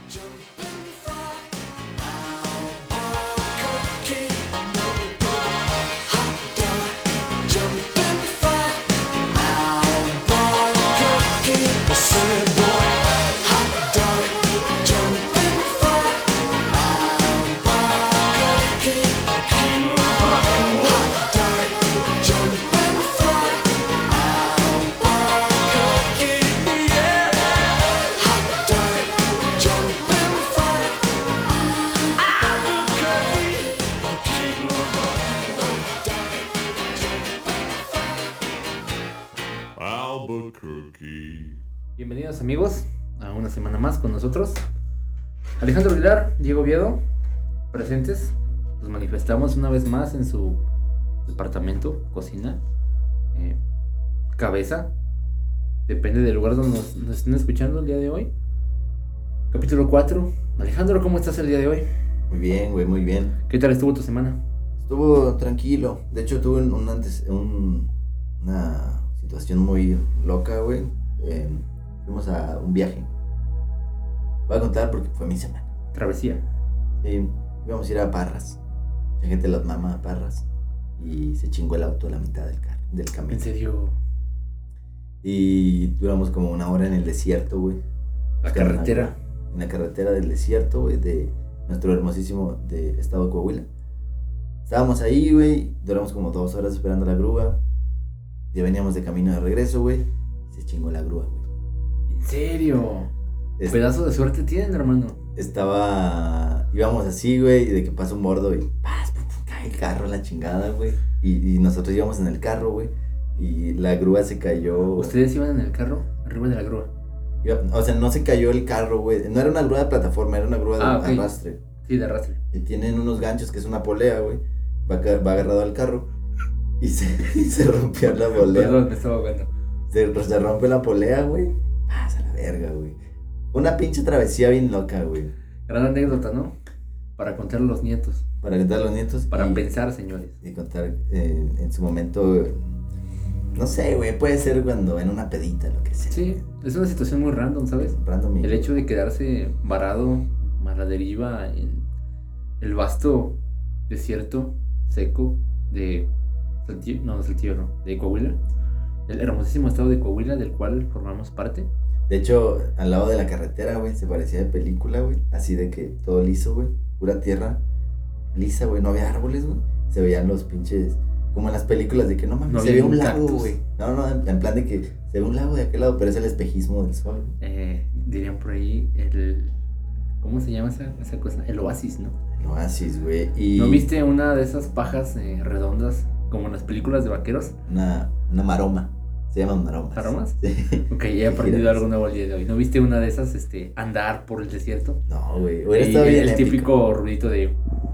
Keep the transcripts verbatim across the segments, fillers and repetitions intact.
Bienvenidos amigos a una semana más con nosotros. Alejandro Aguilar, Diego Oviedo, presentes. Nos manifestamos una vez más en su departamento, cocina, eh, cabeza. Depende del lugar donde nos, nos estén escuchando el día de hoy. Capítulo cuatro. Alejandro, ¿cómo estás el día de hoy? Muy bien, güey, muy bien. ¿Qué tal estuvo tu semana? Estuvo tranquilo. De hecho, tuve un, un antes, un, una situación muy loca, güey. Eh, fuimos a un viaje. Voy a contar porque fue mi semana. Travesía. Sí, íbamos a ir a Parras. Mucha gente los mama a Parras. Y se chingó el auto a la mitad del, car- del camino. ¿En serio? Y duramos como una hora en el desierto, güey. La carretera. En la carretera del desierto, güey, de nuestro hermosísimo de estado de Coahuila. Estábamos ahí, güey. Duramos como dos horas esperando la grúa. Ya veníamos de camino de regreso, güey. Se chingó la grúa, güey. ¿En serio? Es, Pedazo de suerte tienen, hermano. Estaba... Íbamos así, güey, y de que pasa un bordo y... ¡Paz! Pum, pum, cae el carro a la chingada, güey. Y, y nosotros íbamos en el carro, güey. Y la grúa se cayó... ¿Ustedes iban en el carro? Arriba de la grúa. Iba, o sea, no se cayó el carro, güey. No era una grúa de plataforma, era una grúa de ah, okay. arrastre. Sí, de arrastre. Y tienen unos ganchos que es una polea, güey. Va, va agarrado al carro. Y se, y se rompió la polea. Perdón, me estaba ahogando. Se, se rompe la polea, güey. Pasa la verga, güey. Una pinche travesía bien loca, güey. Gran anécdota, ¿no? Para contar a los nietos. Para contar a los nietos. Para y, pensar, señores. Y contar eh, en su momento. No sé, güey. Puede ser cuando en una pedita, lo que sea. Sí, es una situación muy random, ¿sabes? Random. El hecho de quedarse varado a la deriva en el vasto desierto seco de Saltillo, no, Saltillo no, de Coahuila. El hermosísimo estado de Coahuila, del cual formamos parte. De hecho, al lado de la carretera, güey, se parecía de película, güey. Así de que todo liso, güey. Pura tierra lisa, güey. No había árboles, güey. Se veían los pinches... Como en las películas de que no mames, no se ve un lago, cactus. güey. No, no, en, en plan de que se ve un lago de aquel lado, pero es el espejismo del sol. Eh, dirían por ahí el... ¿Cómo se llama esa, esa cosa? El oasis, ¿no? El oasis, güey. Y... ¿No viste una de esas pajas eh, redondas como en las películas de vaqueros? Una, una maroma. Se llaman maromas. ¿Maromas? Sí. Ok, he aprendido algo nuevo el día de hoy. ¿No viste una de esas, este, andar por el desierto? No, güey. Hubiera Y estado bien el épico. típico ruidito de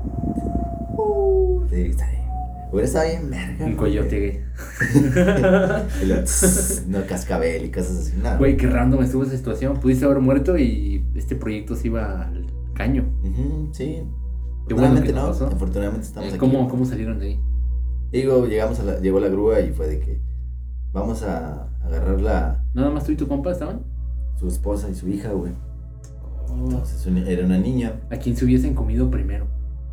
Uh, sí, está bien. Hubiera estado bien verga. un coyote. Y lo, tss, no, cascabel y cosas así. Nada. Güey, qué random estuvo esa situación. Pudiste haber muerto y este proyecto se iba al caño. Uh-huh, sí. Qué bueno Afortunadamente que no. pasó. Afortunadamente estamos Eh, aquí. ¿Cómo, ¿Cómo salieron de ahí? Digo, llegamos a la, llegó la grúa y fue de que vamos a agarrar la, ¿Nada más tú y tu compa estaban? su esposa y su hija, güey. Oh. Entonces un- era una niña. A quien se hubiesen comido primero.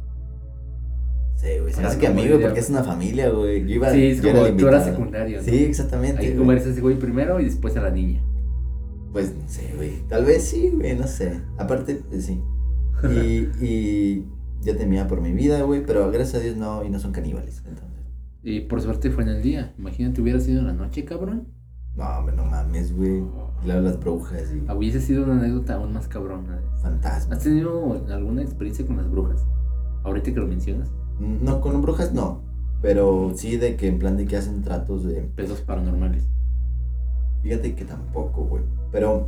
Sí, güey, se me Ahora hace que como amigo idea, porque güey. es una familia, güey. Yo iba, Sí, es yo era como el tú eras invitado. secundario, ¿no? Sí, exactamente. Hay que güey. comerse a ese güey primero y después a la niña. Pues no sé, güey. Tal vez sí, güey, no sé. Aparte, pues, sí. Y, y yo temía por mi vida, güey, pero gracias a Dios no, y no son caníbales, entonces. Y por suerte fue en el día. Imagínate, hubiera sido en la noche, cabrón. No, hombre, no mames, güey. Claro, las brujas y Hubiese sido una anécdota aún más cabrona. ¿Has fantasmas. tenido alguna experiencia con las brujas? Ahorita que lo mencionas. No, con brujas no. Pero sí de que en plan de que hacen tratos de... Pesos paranormales. Fíjate que tampoco, güey. Pero...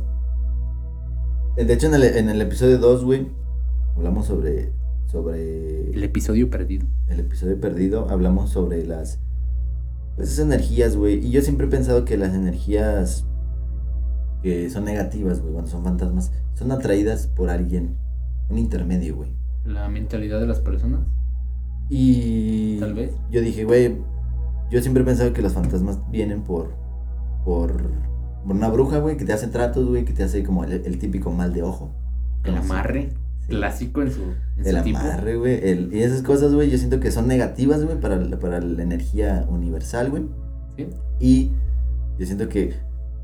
De hecho, en el, en el episodio dos, güey, hablamos sobre... Sobre... El episodio perdido. El episodio perdido, hablamos sobre las... Pues esas energías, güey. Y yo siempre he pensado que las energías que son negativas, güey, cuando son fantasmas, son atraídas por alguien. Un intermedio, güey. La mentalidad de las personas. Y... Tal vez. Yo dije, güey, yo siempre he pensado que los fantasmas vienen por... Por... Por una bruja, güey, que te hace tratos, güey, que te hace como el, el típico mal de ojo. El amarre, sí. Clásico en su, en el su tipo. amarre, güey. El, y esas cosas, güey, yo siento que son negativas, güey, para, la- para la energía universal, güey. Sí. Y yo siento que...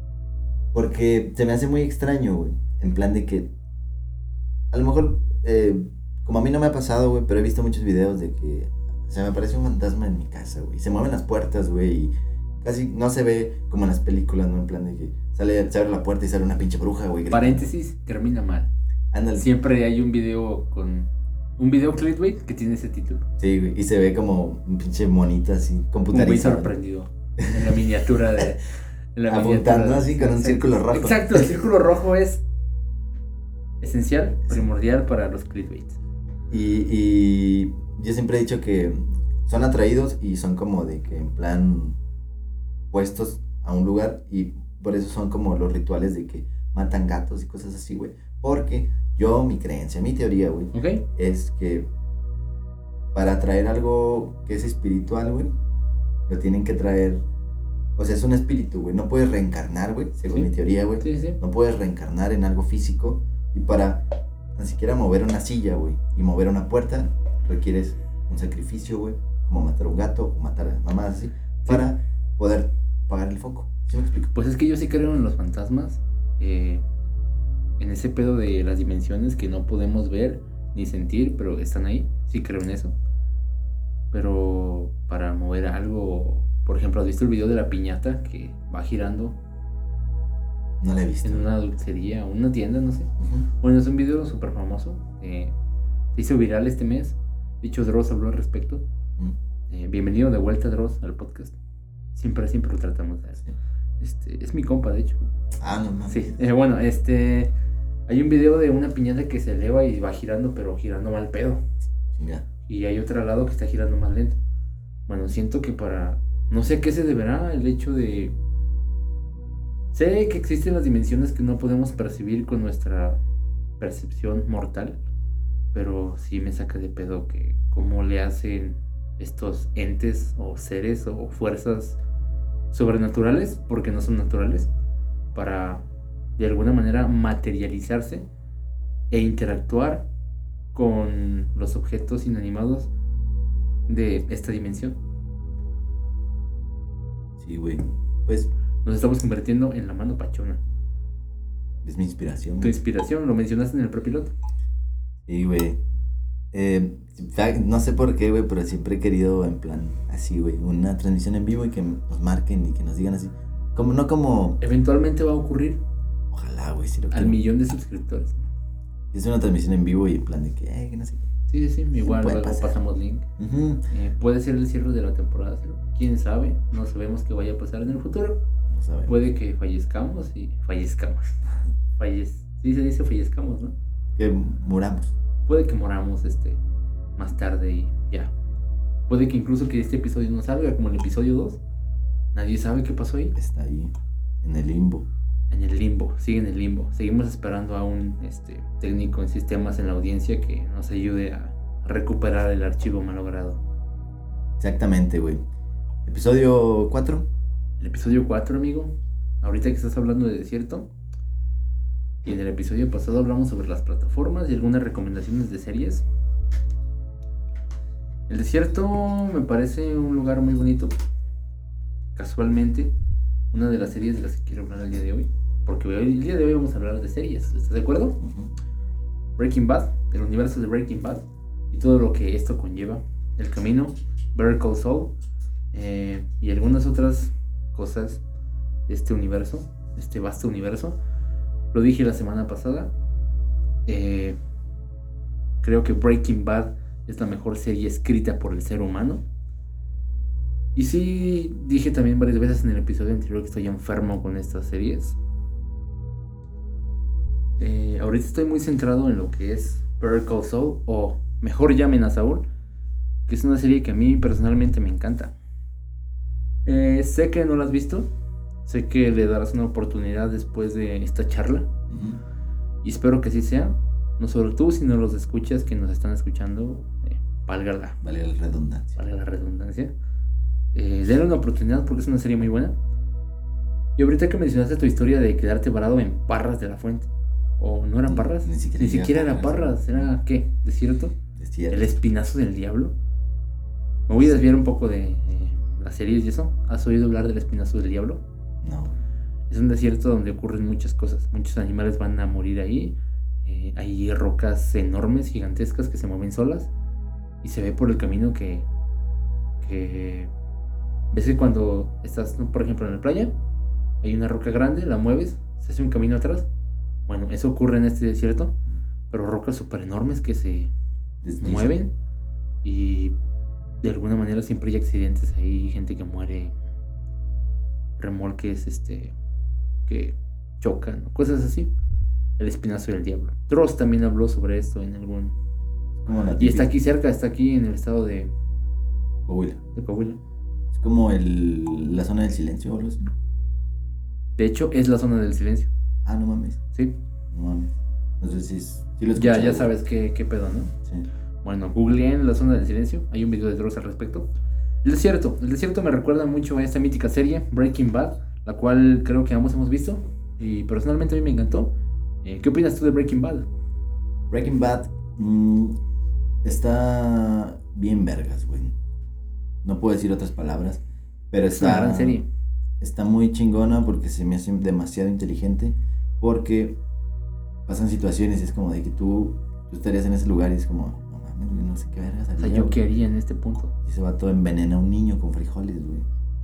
Porque se me hace muy extraño, güey. En plan de que... A lo mejor... Eh, como a mí no me ha pasado, güey, pero he visto muchos videos de que... Se me aparece un fantasma en mi casa, güey. Se mueven las puertas, güey, y... Casi no se ve como en las películas, ¿no? En plan de que sale, se abre la puerta y sale una pinche bruja, güey. gritando. Paréntesis, termina mal. Ándale. Siempre hay un video con... Un video clickbait que tiene ese título. Sí, güey, y se ve como un pinche monito así, Un güey computarizado. sorprendido en la miniatura de... en la Apuntando miniatura de- así con un círculo rojo. Exacto, el círculo rojo es esencial, primordial para los clickbaits. Y, y yo siempre he dicho que son atraídos y son como de que en plan puestos a un lugar, y por eso son como los rituales de que matan gatos y cosas así, güey. Porque yo, mi creencia, mi teoría, güey, ¿Ok? es que para atraer algo que es espiritual, güey, lo tienen que traer, o sea, es un espíritu, güey, no puedes reencarnar, güey, según Sí. mi teoría, güey, Sí, sí. no puedes reencarnar en algo físico, y para tan siquiera mover una silla, güey, y mover una puerta, requieres un sacrificio, güey, como matar a un gato o matar a mamás así, para poder apagar el foco. ¿Sí me explico? Pues es que yo sí creo en los fantasmas, eh, en ese pedo de las dimensiones que no podemos ver ni sentir, pero están ahí, sí creo en eso. Pero para mover algo, por ejemplo, ¿has visto el video de la piñata que va girando No la he visto. en una dulcería o una tienda, no sé? Ujú. Bueno, es un video súper famoso, eh, se hizo viral este mes, de hecho Dross habló al respecto. Ujú. Eh, bienvenido de vuelta, Dross, al podcast. Siempre, siempre lo tratamos de hacer. Este, es mi compa, de hecho. Ah, no mames. Sí, eh, bueno, este... Hay un video de una piñata que se eleva y va girando, pero girando mal pedo. Chinga. Y hay otro al lado que está girando más lento. Bueno, siento que para... No sé a qué se deberá el hecho de... Sé que existen las dimensiones que no podemos percibir con nuestra percepción mortal. Pero sí me saca de pedo que cómo le hacen estos entes o seres o fuerzas sobrenaturales, porque no son naturales, para de alguna manera materializarse e interactuar con los objetos inanimados de esta dimensión. Sí, güey. Pues Nos estamos convirtiendo en la mano pachona. es mi inspiración. Tu güey. inspiración, lo mencionaste en el prepiloto. Sí, güey. Eh, fa- no sé por qué, güey, pero siempre he querido, en plan, así, güey, una transmisión en vivo y que nos marquen y que nos digan así. Como, no como. Eventualmente va a ocurrir Ojalá, güey, si lo al quiero. millón de suscriptores. Es una transmisión en vivo y en plan de que, eh, que no sé qué. Sí, sí, sí, igual puede luego pasar. pasamos link. Ujú. Eh, puede ser el cierre de la temporada cero. Quién sabe, no sabemos qué vaya a pasar en el futuro. No sabemos. Puede que fallezcamos y fallezcamos. Fallez... Sí se dice fallezcamos, ¿no? Que muramos. Puede que moramos este más tarde y ya. Puede que incluso que este episodio no salga como el episodio dos. Nadie sabe qué pasó ahí. Está ahí, en el limbo. En el limbo, sigue en el limbo. Seguimos esperando a un este, técnico en sistemas en la audiencia que nos ayude a recuperar el archivo malogrado. Exactamente, güey. Episodio cuatro. El episodio cuatro, amigo. Ahorita que estás hablando de desierto. Y en el episodio pasado hablamos sobre las plataformas y algunas recomendaciones de series. El desierto me parece un lugar muy bonito. Casualmente, una de las series de las que quiero hablar el día de hoy. Porque hoy, el día de hoy vamos a hablar de series. ¿Estás de acuerdo? Ujú. Breaking Bad, el universo de Breaking Bad y todo lo que esto conlleva. El camino, Better Call Saul eh, y algunas otras cosas de este universo, este vasto universo. Lo dije la semana pasada. Eh, creo que Breaking Bad es la mejor serie escrita por el ser humano. Y sí, dije también varias veces en el episodio anterior que estoy enfermo con estas series. Eh, ahorita estoy muy centrado en lo que es Better Call Saul, o Mejor llamen a Saúl, que es una serie que a mí personalmente me encanta. Eh, sé que no la has visto, sé que le darás una oportunidad después de esta charla, Ujú. y espero que así sea. No solo tú, sino los escuchas que nos están escuchando, eh, valga la, Vale la redundancia. valga la redundancia. Eh, denle una oportunidad porque es una serie muy buena. Y ahorita que mencionaste tu historia de quedarte varado en Parras de la Fuente, ¿O no eran Parras? Ni siquiera, Ni siquiera era Parras. ¿Era qué? ¿Desierto? Desierto. ¿El Espinazo del Diablo? Me voy a desviar un poco de eh, las series y eso. ¿Has oído hablar del Espinazo del Diablo? No. Es un desierto donde ocurren muchas cosas. Muchos animales van a morir ahí. Eh, hay rocas enormes, gigantescas, que se mueven solas. Y se ve por el camino que... que ves que cuando estás, por ejemplo, en la playa, hay una roca grande, la mueves, se hace un camino atrás. Bueno, eso ocurre en este desierto, pero rocas súper enormes que se Deslizan. mueven y de alguna manera siempre hay accidentes, hay gente que muere, remolques este que chocan, cosas así. El Espinazo del Diablo. Dross también habló sobre esto en algún... Como la Y está típica. aquí cerca, está aquí en el estado de, Coahuila. de Coahuila. Es como el, la zona del silencio o algo así. De hecho, es la zona del silencio, Ah, no mames. ¿sí? No mames. No sé si, es, si lo he Ya, escuchado, ya güey. sabes qué, qué pedo, ¿no? Sí. Bueno, googleen la zona del silencio. Hay un video de Dross al respecto. El desierto. El desierto me recuerda mucho a esta mítica serie, Breaking Bad, la cual creo que ambos hemos visto. Y personalmente a mí me encantó. Eh, ¿Qué opinas tú de Breaking Bad? Breaking Bad mm, está bien vergas, güey. No puedo decir otras palabras, pero Es está, una gran serie. está muy chingona porque se me hace demasiado inteligente. Porque pasan situaciones y es como de que tú, tú estarías en ese lugar y es como, no mames, güey, no sé qué vergas. O sea, haría, yo güey. qué haría en este punto. Y ese vato envenena a un niño con frijoles, güey.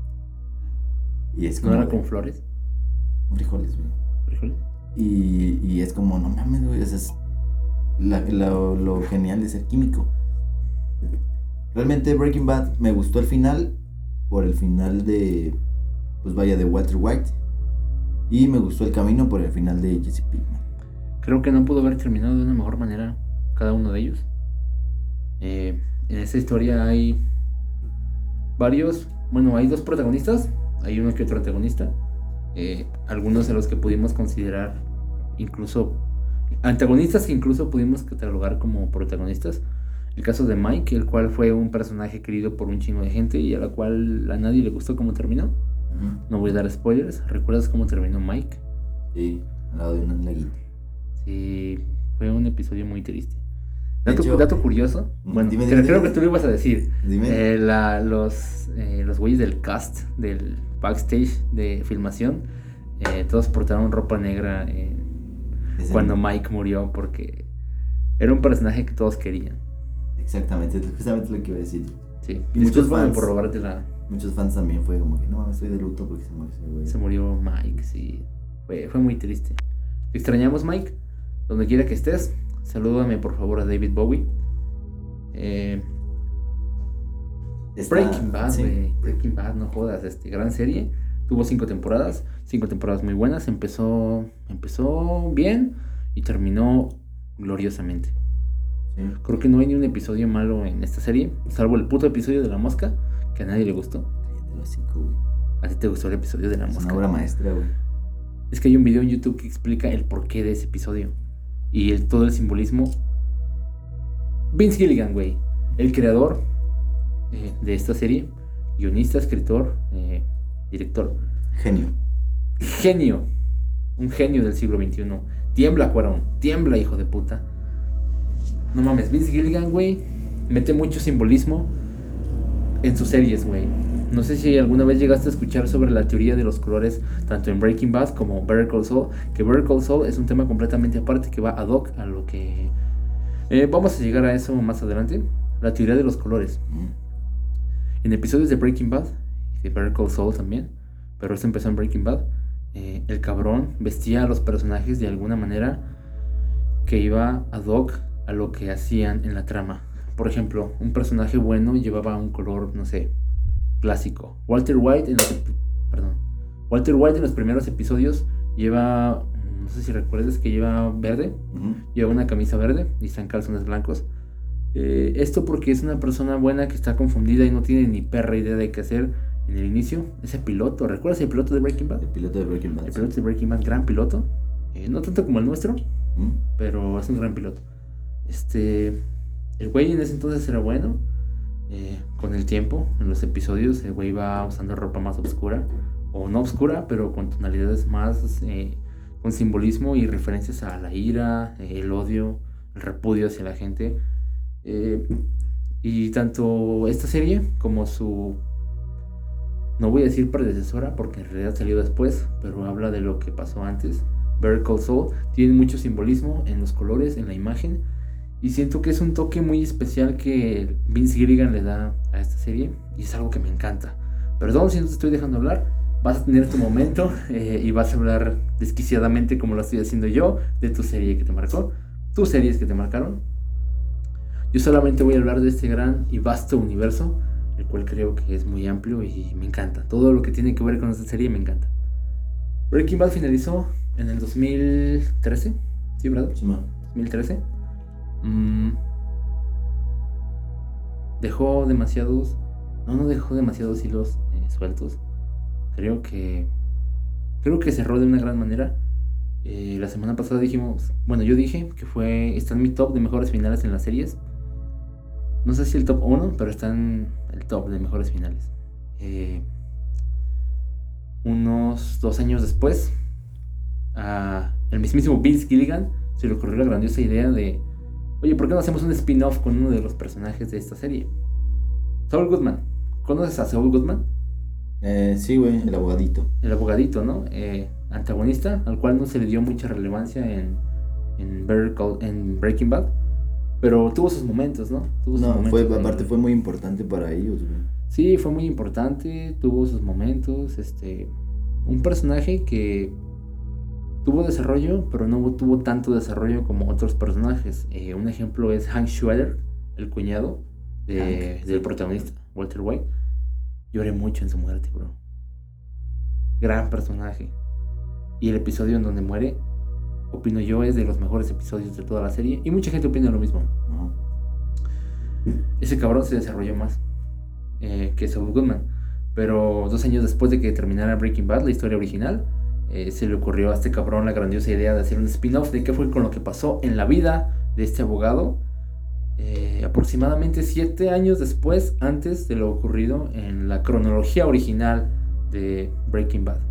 Y es ¿No como. era de- con flores? con frijoles, güey. ¿Frijoles? Y, y es como, no mames, güey, eso es la- lo, lo genial de ser químico. Realmente Breaking Bad me gustó el final, por el final de, pues vaya, de Walter White. Y me gustó el camino por el final de Jesse Pinkman. Creo que no pudo haber terminado de una mejor manera cada uno de ellos. Eh, en esta historia hay varios, bueno, hay dos protagonistas, hay uno que otro antagonista. Eh, algunos de los que pudimos considerar incluso antagonistas que incluso pudimos catalogar como protagonistas. El caso de Mike, el cual fue un personaje querido por un chingo de gente y a la cual a nadie le gustó cómo terminó. Ujú. No voy a dar spoilers. ¿Recuerdas cómo terminó Mike? Sí, al lado de un laguito. Sí, fue un episodio muy triste. Dato, hecho- dato curioso. Bueno, Dime, creo, dime, creo dime. que tú lo ibas a decir. Dime. Eh, la- los, eh, los güeyes del cast, del backstage de filmación, eh, todos portaron ropa negra eh, Es el- cuando Mike murió porque era un personaje que todos querían. Exactamente, es justamente lo que iba a decir. Sí, Y muchos discúlpame fans. por robarte la... Muchos fans también fue como que, no mames, estoy de luto porque se murió ese güey. Se murió Mike, sí. Fue, fue muy triste. Te extrañamos, Mike. Donde quiera que estés, salúdame por favor a David Bowie. Eh, Está- Breaking Bad, sí. güey. Breaking Bad, no jodas. Este, gran serie. Tuvo cinco temporadas. Cinco temporadas muy buenas. Empezó, empezó bien y terminó gloriosamente. Sí. Creo que no hay ni un episodio malo en esta serie, salvo el puto episodio de la mosca, que a nadie le gustó. Cállate el hocico, güey. ¿A ti te gustó el episodio de la Es mosca? una obra maestra, güey. Es que hay un video en YouTube que explica el porqué de ese episodio y el, todo el simbolismo. Vince Gilligan, güey, el creador eh, de esta serie, guionista, escritor, eh, director, Genio. genio, un genio del siglo veintiuno. Tiembla, Cuarón, tiembla, hijo de puta. No mames, Vince Gilligan, güey, mete mucho simbolismo en sus series, güey. No sé si alguna vez llegaste a escuchar sobre la teoría de los colores, tanto en Breaking Bad como Better Call Saul, que Better Call Saul es un tema completamente aparte que va ad hoc a lo que... Eh, vamos a llegar a eso más adelante. La teoría de los colores. Mm. En episodios de Breaking Bad y de Better Call Saul también, pero esto empezó en Breaking Bad, eh, el cabrón vestía a los personajes de alguna manera que iba ad hoc a lo que hacían en la trama. Por ejemplo, un personaje bueno llevaba un color, no sé, clásico. Walter White en los, epi- perdón, Walter White en los primeros episodios lleva, no sé si recuerdas que lleva verde, Ujú. lleva una camisa verde y está en calzones blancos. Eh, esto porque es una persona buena que está confundida y no tiene ni perra idea de qué hacer en el inicio. Ese piloto, ¿recuerdas el piloto de Breaking Bad? El piloto de Breaking Bad. El piloto de Breaking Bad, gran piloto. Eh, no tanto como el nuestro, Mm. pero es un gran piloto. Este, el güey en ese entonces era bueno. Eh, con el tiempo, en los episodios, el güey va usando ropa más oscura, o no oscura, pero con tonalidades más, eh, con simbolismo y referencias a la ira, eh, el odio, el repudio hacia la gente. Eh, y tanto esta serie como su, no voy a decir predecesora porque en realidad salió después, pero habla de lo que pasó antes, Better Call Saul, tiene mucho simbolismo en los colores, en la imagen, y siento que es un toque muy especial que Vince Gilligan le da a esta serie, y es algo que me encanta. Perdón si no te estoy dejando hablar, vas a tener tu momento eh, y vas a hablar desquiciadamente como lo estoy haciendo yo de tu serie que te marcó, tus series que te marcaron. Yo solamente voy a hablar de este gran y vasto universo, el cual creo que es muy amplio y me encanta. Todo lo que tiene que ver con esta serie me encanta. Breaking Bad finalizó en el dos mil trece, ¿sí, verdad? Sí, ma. dos mil trece. Mm, dejó demasiados... No, no dejó demasiados hilos eh, sueltos. Creo que... Creo que cerró de una gran manera. Eh, la semana pasada dijimos... Bueno, yo dije que fue... Está en mi top de mejores finales en las series. No sé si el top uno, pero está en el top de mejores finales. Eh, unos dos años después, a el mismísimo Vince Gilligan se le ocurrió la grandiosa idea de: oye, ¿por qué no hacemos un spin-off con uno de los personajes de esta serie? Saul Goodman. ¿Conoces a Saul Goodman? Eh, sí, güey, el abogadito. El abogadito, ¿no? Eh, antagonista, al cual no se le dio mucha relevancia en, en, Better Call, en Breaking Bad. Pero tuvo sus momentos, ¿no? Tuvo sus No, momentos fue, de- aparte fue muy importante para ellos, güey. Sí, fue muy importante, tuvo sus momentos, este... Un personaje que tuvo desarrollo, pero no tuvo tanto desarrollo como otros personajes. Eh, un ejemplo es Hank Schrader, el cuñado de, Hank, del sí. protagonista, Walter White. Lloré mucho en su muerte, bro. Gran personaje. Y el episodio en donde muere, opino yo, es de los mejores episodios de toda la serie. Y mucha gente opina lo mismo. Ajá. Ese cabrón se desarrolló más eh, que Saul Goodman. Pero dos años después de que terminara Breaking Bad, la historia original, eh, se le ocurrió a este cabrón la grandiosa idea de hacer un spin-off de qué fue con lo que pasó en la vida de este abogado. Eh, aproximadamente siete años después, antes de lo ocurrido en la cronología original de Breaking Bad.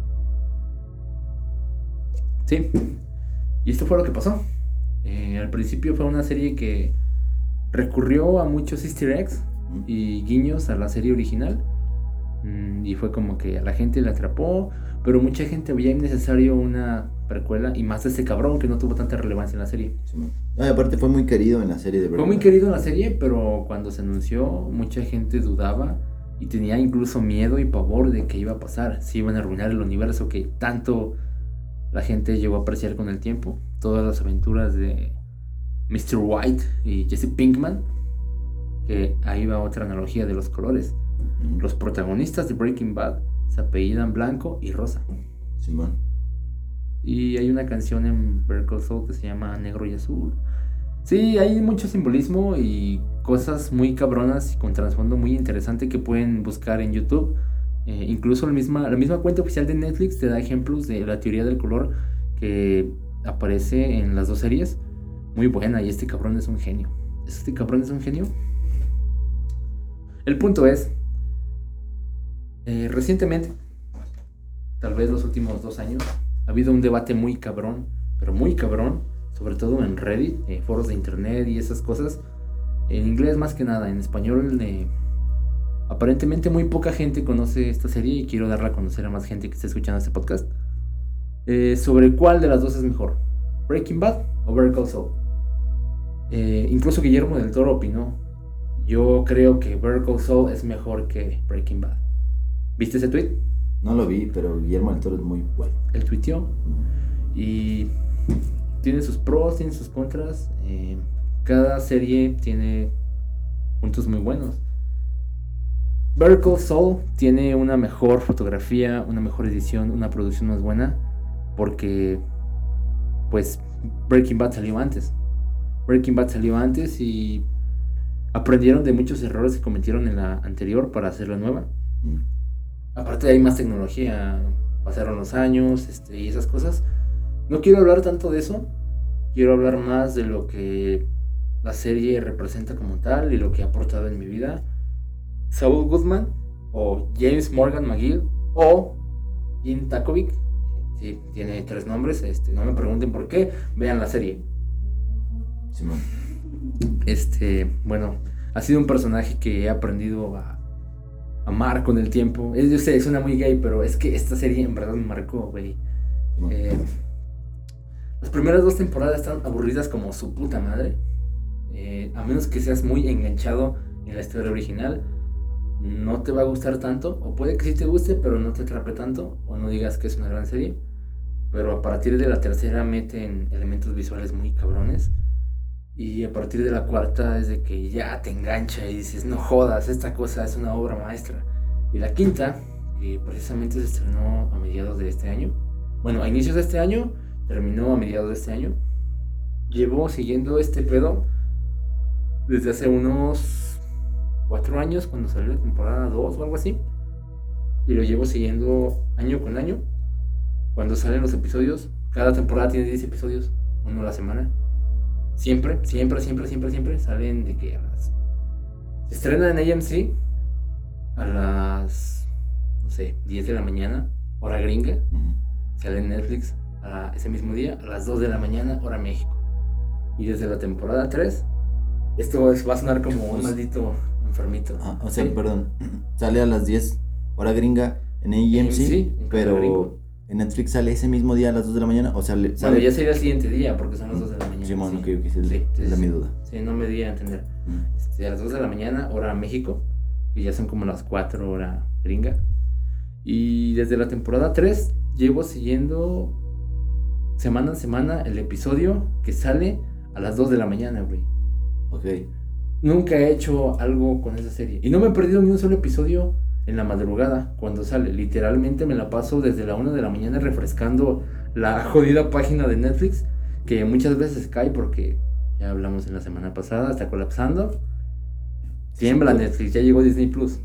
Sí, y esto fue lo que pasó. Eh, al principio fue una serie que recurrió a muchos easter eggs y guiños a la serie original, mm, y fue como que a la gente le atrapó, pero mucha gente veía innecesario una precuela, y más de ese cabrón que no tuvo tanta relevancia en la serie. Sí, man. No, y aparte fue muy querido en la serie de Fue Breaking muy Bad. querido en la serie, pero cuando se anunció, mucha gente dudaba y tenía incluso miedo y pavor de que iba a pasar, si iban a arruinar el universo que tanto la gente llegó a apreciar con el tiempo. Todas las aventuras de mister White y Jesse Pinkman, que ahí va otra analogía de los colores. Ujú. Los protagonistas de Breaking Bad se apellidan blanco y rosa. Simón. Y hay una canción en Better Call Saul que se llama Negro y Azul. Sí, hay mucho simbolismo y cosas muy cabronas y con trasfondo muy interesante que pueden buscar en YouTube. Eh, incluso el misma, la misma cuenta oficial de Netflix te da ejemplos de la teoría del color que aparece en las dos series. Muy buena, y este cabrón es un genio. Este cabrón es un genio. El punto es, eh, recientemente, tal vez los últimos dos años, ha habido un debate muy cabrón, pero muy cabrón, sobre todo en Reddit, eh, foros de internet y esas cosas, en inglés más que nada. En español, eh, aparentemente muy poca gente conoce esta serie y quiero darla a conocer a más gente que esté escuchando este podcast, eh, sobre cuál de las dos es mejor, Breaking Bad o Better Call Saul. Eh, incluso Guillermo del Toro opinó: yo creo que Better Call Saul es mejor que Breaking Bad. ¿Viste ese tweet? No lo vi, pero Guillermo del Toro es muy bueno. Él tuiteó y tiene sus pros, tiene sus contras. Eh, cada serie tiene puntos muy buenos. Better Call Saul tiene una mejor fotografía, una mejor edición, una producción más buena, porque pues Breaking Bad salió antes. Breaking Bad salió antes y aprendieron de muchos errores que cometieron en la anterior para hacer la nueva. Mm. Aparte hay más tecnología, pasaron los años, este, y esas cosas. No quiero hablar tanto de eso, quiero hablar más de lo que la serie representa como tal y lo que ha aportado en mi vida. Saul Goodman o James Morgan McGill o Jim Takovic, Sí, tiene tres nombres, este, no me pregunten por qué, vean la serie. Simón. Este, bueno, ha sido un personaje que he aprendido a amar con el tiempo. Es, yo sé, suena muy gay, pero es que esta serie en verdad me marcó, güey. Eh, las primeras dos temporadas están aburridas como su puta madre. Eh, a menos que seas muy enganchado en la historia original, no te va a gustar tanto. O puede que sí te guste, pero no te atrape tanto. O no digas que es una gran serie. Pero a partir de la tercera meten elementos visuales muy cabrones. Y a partir de la cuarta es de que ya te engancha y dices, no jodas, esta cosa es una obra maestra. Y la quinta, que precisamente se estrenó a mediados de este año. Bueno, a inicios de este año, terminó a mediados de este año. Llevo siguiendo este pedo desde hace unos cuatro años, cuando salió la temporada dos o algo así. Y lo llevo siguiendo año con año. Cuando salen los episodios, cada temporada tiene diez episodios, uno a la semana. Siempre, siempre, siempre, siempre, siempre salen de que a las... Se estrenan en A M C a las, no sé, diez de la mañana, hora gringa. Uh-huh. Sale en Netflix a ese mismo día, a las dos de la mañana, hora México. Y desde la temporada tres, esto es, va a sonar como un maldito enfermito. Ah, o sea, ¿sí? Perdón, sale a las diez, hora gringa, en A M C, sí, pero gringo. En Netflix sale ese mismo día a las dos de la mañana, o sea, sale... Bueno, ya sería el siguiente día, porque son las dos de la mañana. Sí, bueno, sí. Ok, ok, es, el, sí, es la mi duda. Sí, no me di a entender. Mm. Este, a las dos de la mañana, hora México, que ya son como las cuatro, hora gringa. Y desde la temporada tres, llevo siguiendo semana a semana el episodio que sale a las dos de la mañana, güey. Ok. Nunca he hecho algo con esa serie. Y no me he perdido ni un solo episodio en la madrugada cuando sale. Literalmente me la paso desde la una de la mañana refrescando la jodida página de Netflix, que muchas veces cae porque ya hablamos en la semana pasada, está colapsando. Tiembla Netflix, ya llegó Disney Plus.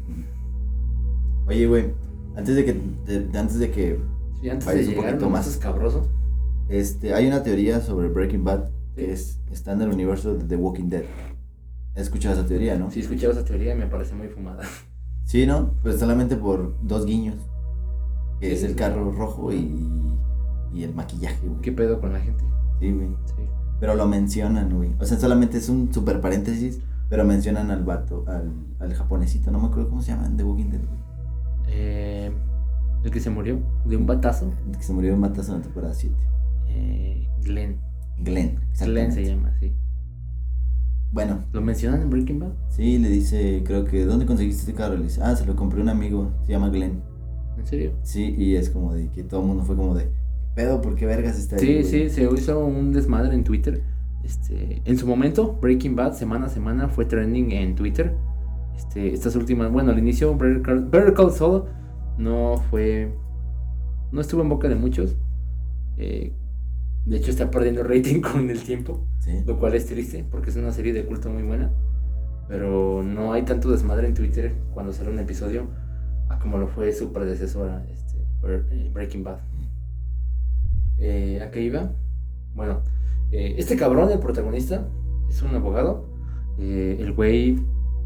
Oye, güey, antes de que de, antes de que sí, antes vayas de un poquito más escabroso, este, hay una teoría sobre Breaking Bad que es está en el universo de The Walking Dead. ¿Has escuchado esa teoría, no? Sí, he escuchado esa teoría y me parece muy fumada. Sí, ¿no? Pero solamente por dos guiños. Que sí, es el carro rojo y, y el maquillaje, güey. ¿Qué pedo con la gente? Sí, güey. Sí. Pero lo mencionan, güey. O sea, solamente es un super paréntesis, pero mencionan al vato, al, al japonesito. No me acuerdo cómo se llama en The Walking Dead, güey. Eh, el que se murió de un batazo. El que se murió de un batazo en la temporada siete. Eh, Glenn. Glenn, Glenn se llama, sí. Bueno. ¿Lo mencionan en Breaking Bad? Sí, le dice, creo que, ¿dónde conseguiste este carro? Le dice, ah, se lo compré a un amigo, se llama Glenn. ¿En serio? Sí, y es como de que todo el mundo fue como de, ¿qué pedo? ¿Por qué vergas está ahí? Sí, güey? Sí, se hizo un desmadre en Twitter. Este, en su momento, Breaking Bad, semana a semana, fue trending en Twitter. Este, estas últimas, bueno, al inicio, Better Call Saul no fue, no estuvo en boca de muchos. Eh, De hecho está perdiendo rating con el tiempo, sí. Lo cual es triste porque es una serie de culto muy buena. Pero no hay tanto desmadre en Twitter cuando sale un episodio a como lo fue su predecesora, este, Breaking Bad. Eh, ¿A qué iba? Bueno, eh, este cabrón, el protagonista, es un abogado. Eh, el güey,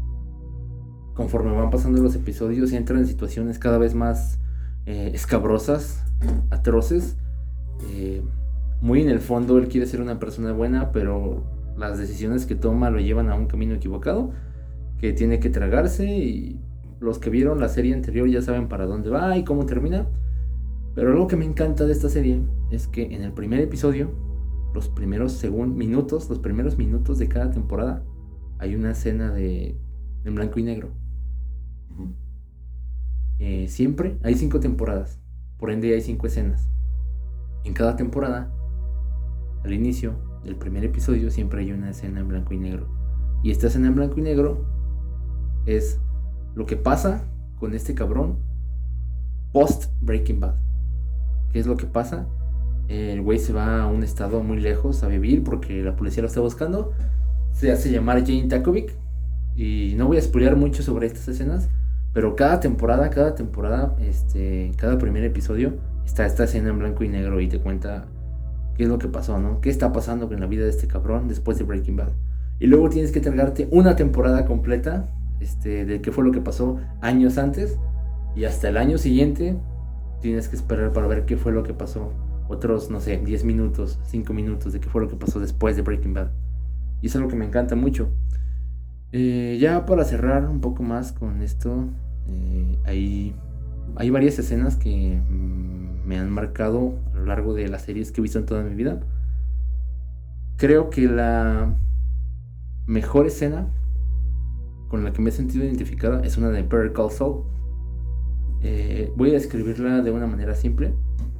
conforme van pasando los episodios, entra en situaciones cada vez más eh, escabrosas, atroces. Eh, Muy en el fondo él quiere ser una persona buena, pero las decisiones que toma lo llevan a un camino equivocado que tiene que tragarse, y los que vieron la serie anterior ya saben para dónde va y cómo termina. Pero algo que me encanta de esta serie es que en el primer episodio, los primeros según minutos, los primeros minutos de cada temporada, hay una escena de en blanco y negro. Uh-huh. Eh, siempre hay cinco temporadas, por ende hay cinco escenas. En cada temporada, al inicio del primer episodio, siempre hay una escena en blanco y negro. Y esta escena en blanco y negro es lo que pasa con este cabrón post Breaking Bad. ¿Qué es lo que pasa? El güey se va a un estado muy lejos a vivir porque la policía lo está buscando. Se hace llamar Jane Takovic. Y no voy a spoilear mucho sobre estas escenas, pero cada temporada, cada temporada, este, cada primer episodio está esta escena en blanco y negro y te cuenta qué es lo que pasó, ¿no? ¿Qué está pasando en la vida de este cabrón después de Breaking Bad? Y luego tienes que tragarte una temporada completa este, de qué fue lo que pasó años antes, y hasta el año siguiente tienes que esperar para ver qué fue lo que pasó. Otros, no sé, diez minutos, cinco minutos de qué fue lo que pasó después de Breaking Bad. Y es algo que me encanta mucho. Eh, ya para cerrar un poco más con esto, eh, hay, hay varias escenas que mm, me han marcado a lo largo de las series que he visto en toda mi vida. Creo que la mejor escena con la que me he sentido identificada es una de Better Call Saul. Eh, voy a describirla de una manera simple.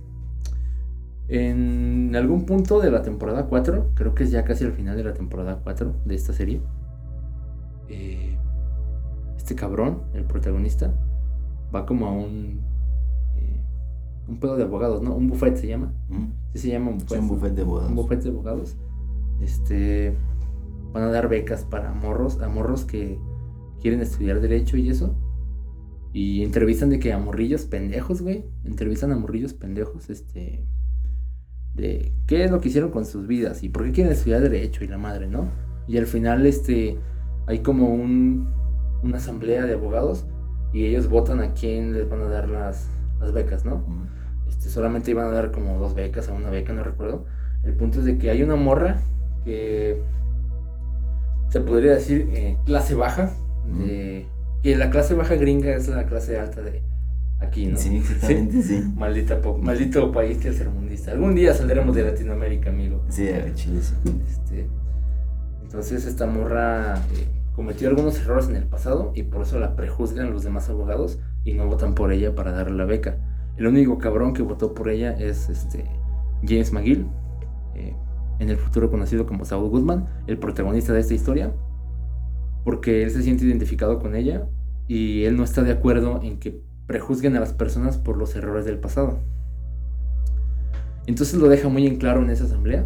En algún punto de la temporada cuatro, creo que es ya casi al final de la temporada cuatro de esta serie, eh, este cabrón, el protagonista, va como a un eh, un pedo de abogados, ¿no? Un buffet se llama. ¿Mm? Sí se llama un buffet. Sí, un buffet de abogados. Un buffet de abogados. Este, van a dar becas para morros, a morros que quieren estudiar derecho y eso. Y entrevistan de que a morrillos pendejos, güey. Entrevistan a morrillos pendejos, este, de qué es lo que hicieron con sus vidas y por qué quieren estudiar derecho y la madre, ¿no? Y al final, este, hay como un, una asamblea de abogados y ellos votan a quién les van a dar las, las becas, ¿no? Mm. Este, solamente iban a dar como dos becas a una beca, no recuerdo. El punto es de que hay una morra que se podría decir eh, clase baja, de, mm. que la clase baja gringa es la clase alta de aquí, ¿no? Sí, exactamente, sí. sí. Maldita po- maldito país tercermundista. Algún día saldremos de Latinoamérica, amigo. Sí, a Chile, sí. Este, entonces esta morra eh, cometió algunos errores en el pasado y por eso la prejuzgan los demás abogados y no votan por ella para darle la beca. El único cabrón que votó por ella es este James McGill, eh, en el futuro conocido como Saul Goodman, el protagonista de esta historia, porque él se siente identificado con ella y él no está de acuerdo en que prejuzguen a las personas por los errores del pasado. Entonces lo deja muy en claro en esa asamblea.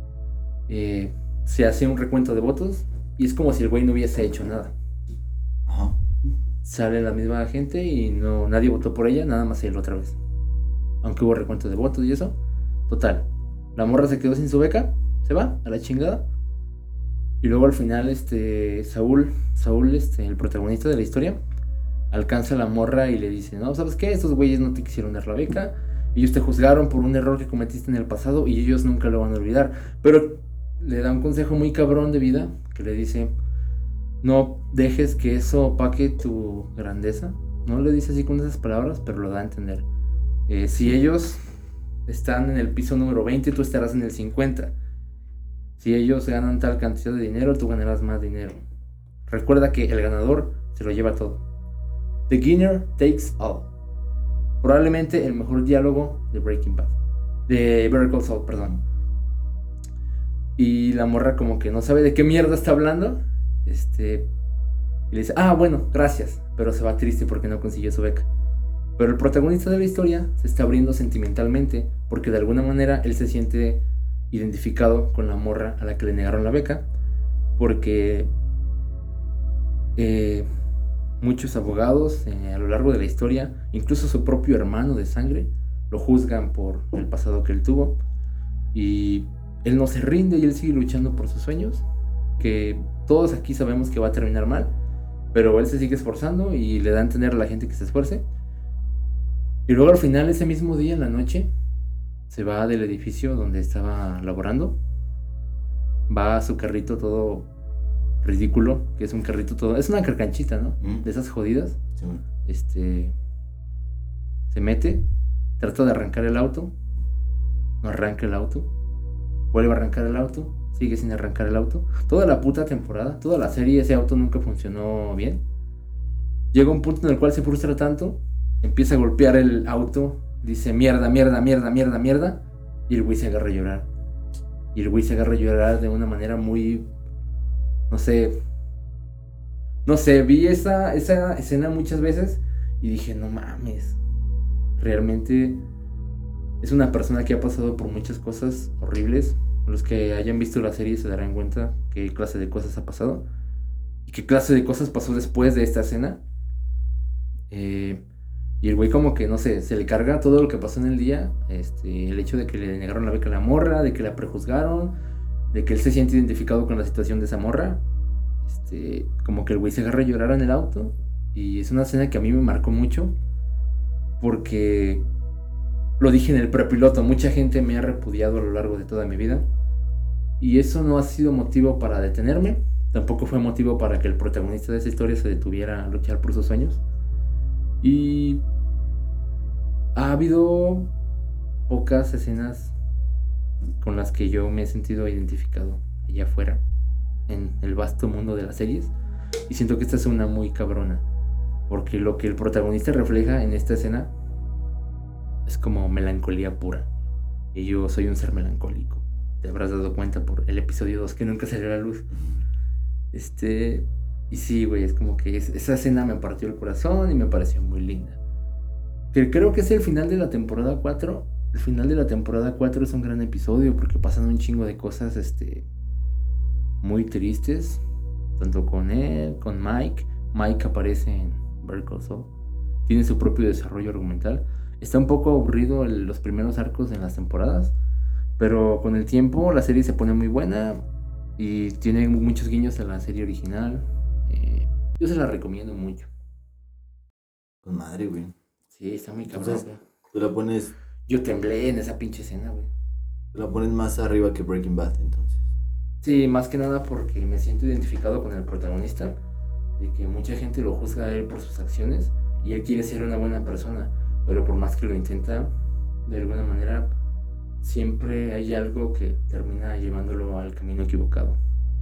Eh, se hace un recuento de votos y es como si el güey no hubiese hecho nada. Ajá. Sale la misma gente y no, nadie votó por ella, nada más él otra vez. Aunque hubo recuento de votos y eso. Total, la morra se quedó sin su beca, se va a la chingada. Y luego al final este Saúl, Saúl este, el protagonista de la historia, alcanza a la morra y le dice, no, ¿sabes qué? Estos güeyes no te quisieron dar la beca. Ellos te juzgaron por un error que cometiste en el pasado y ellos nunca lo van a olvidar. Pero le da un consejo muy cabrón de vida que le dice, no dejes que eso opaque tu grandeza. No le dice así con esas palabras, pero lo da a entender. Eh, si ellos están en el piso número veinte, tú estarás en el cincuenta. Si ellos ganan tal cantidad de dinero, tú ganarás más dinero. Recuerda que el ganador se lo lleva todo. The winner takes all. Probablemente el mejor diálogo de Breaking Bad. De Better Call Saul, perdón. Y la morra como que no sabe de qué mierda está hablando. Este... Y le dice, ah, bueno, gracias. Pero se va triste porque no consiguió su beca. Pero el protagonista de la historia se está abriendo sentimentalmente porque de alguna manera él se siente identificado con la morra a la que le negaron la beca. Porque... Eh... muchos abogados eh, a lo largo de la historia, incluso su propio hermano de sangre, lo juzgan por el pasado que él tuvo. Y él no se rinde y él sigue luchando por sus sueños, que todos aquí sabemos que va a terminar mal, pero él se sigue esforzando y le da a entender a la gente que se esfuerce. Y luego al final, ese mismo día en la noche, se va del edificio donde estaba laborando, va a su carrito todo ridículo, que es un carrito todo, es una carcanchita, ¿no? Mm. De esas jodidas. Sí. Este se mete, trata de arrancar el auto, no arranca el auto, vuelve a arrancar el auto, sigue sin arrancar el auto. Toda la puta temporada, toda la serie, ese auto nunca funcionó bien. Llega un punto en el cual se frustra tanto, empieza a golpear el auto, dice mierda, mierda, mierda, mierda, mierda, y el güey se agarra a llorar. Y el güey se agarra a llorar de una manera muy... No sé, no sé, vi esa, esa escena muchas veces y dije, no mames, realmente es una persona que ha pasado por muchas cosas horribles. Los que hayan visto la serie se darán cuenta qué clase de cosas ha pasado y qué clase de cosas pasó después de esta escena. Eh, y el güey como que, no sé, se le carga todo lo que pasó en el día, este, el hecho de que le negaron la beca a la morra, de que la prejuzgaron, de que él se siente identificado con la situación de esa morra. Este, como que el güey se agarra a llorar en el auto. Y es una escena que a mí me marcó mucho, porque lo dije en el prepiloto, mucha gente me ha repudiado a lo largo de toda mi vida. Y eso no ha sido motivo para detenerme. Tampoco fue motivo para que el protagonista de esa historia se detuviera a luchar por sus sueños. Y ha habido pocas escenas con las que yo me he sentido identificado allá afuera, en el vasto mundo de las series. Y siento que esta es una muy cabrona, porque lo que el protagonista refleja en esta escena es como melancolía pura. Y yo soy un ser melancólico. Te habrás dado cuenta por el episodio dos que nunca salió a la luz. Este... Y sí, güey, es como que es, esa escena me partió el corazón y me pareció muy linda. Que creo que es el final de la temporada cuatro. El final de la temporada cuatro es un gran episodio porque pasan un chingo de cosas este, muy tristes. Tanto con él, con Mike. Mike aparece en Better Call Saul. Tiene su propio desarrollo argumental. Está un poco aburrido el, los primeros arcos en las temporadas. Pero con el tiempo la serie se pone muy buena. Y tiene muchos guiños a la serie original. Eh, yo se la recomiendo mucho. Con madre, güey. Sí, está muy cabrón. Entonces, tú la pones... Yo temblé en esa pinche escena, güey. Tú la pones más arriba que Breaking Bad, entonces. Sí, más que nada porque me siento identificado con el protagonista. De que mucha gente lo juzga a él por sus acciones. Y él quiere ser una buena persona. Pero por más que lo intenta, de alguna manera, siempre hay algo que termina llevándolo al camino equivocado.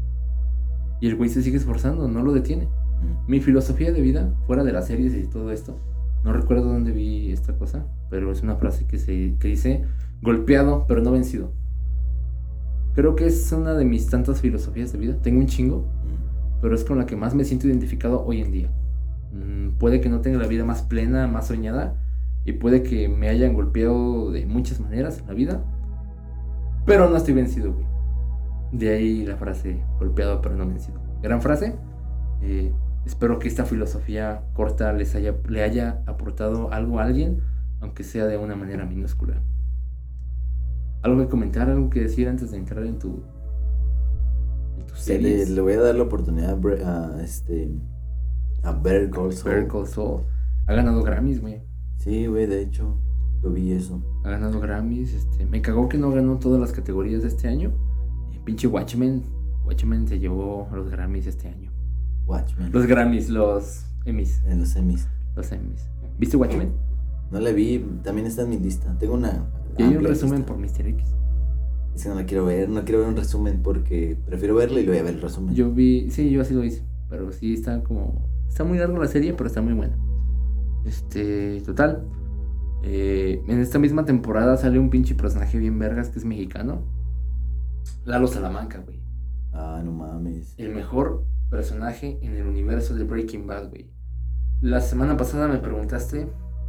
Y el güey se sigue esforzando, no lo detiene. Mm. Mi filosofía de vida, fuera de las series y todo esto, no recuerdo dónde vi esta cosa, pero es una frase que, se, que dice: golpeado, pero no vencido. Creo que es una de mis tantas filosofías de vida. Tengo un chingo, mm. pero es con la que más me siento identificado hoy en día. Mm, puede que no tenga la vida más plena, más soñada, y puede que me hayan golpeado de muchas maneras en la vida, pero no estoy vencido, güey. De ahí la frase, golpeado pero no vencido. Gran frase. Eh, espero que esta filosofía corta les haya, le haya aportado algo a alguien, aunque sea de una manera minúscula. ¿Algo que comentar, algo que decir antes de entrar en tu, en tu series? Le, le voy a dar la oportunidad a, a, este, a Better Call Saul. Better Call Saul. Ha ganado Grammys, güey. Sí, güey, de hecho, lo vi eso. Ha ganado Grammys. Este, me cagó que no ganó todas las categorías de este año. Pinche Watchmen. Watchmen se llevó los Grammys este año. Watchmen. Los Grammys, los Emmys. En los Emmys. Los Emmys. ¿Viste Watchmen? No la vi, también está en mi lista. Tengo una. Y hay un resumen lista. Por mister X. Es que no la quiero ver, no quiero ver un resumen porque prefiero verla y lo voy a ver el resumen. Yo vi, sí, yo así lo hice. Pero sí está como. Está muy largo la serie, pero está muy buena. Este, total. Eh, en esta misma temporada sale un pinche personaje bien vergas que es mexicano. Lalo Salamanca, güey. Ah, no mames. El mejor personaje en el universo de Breaking Bad, güey. La semana pasada me preguntaste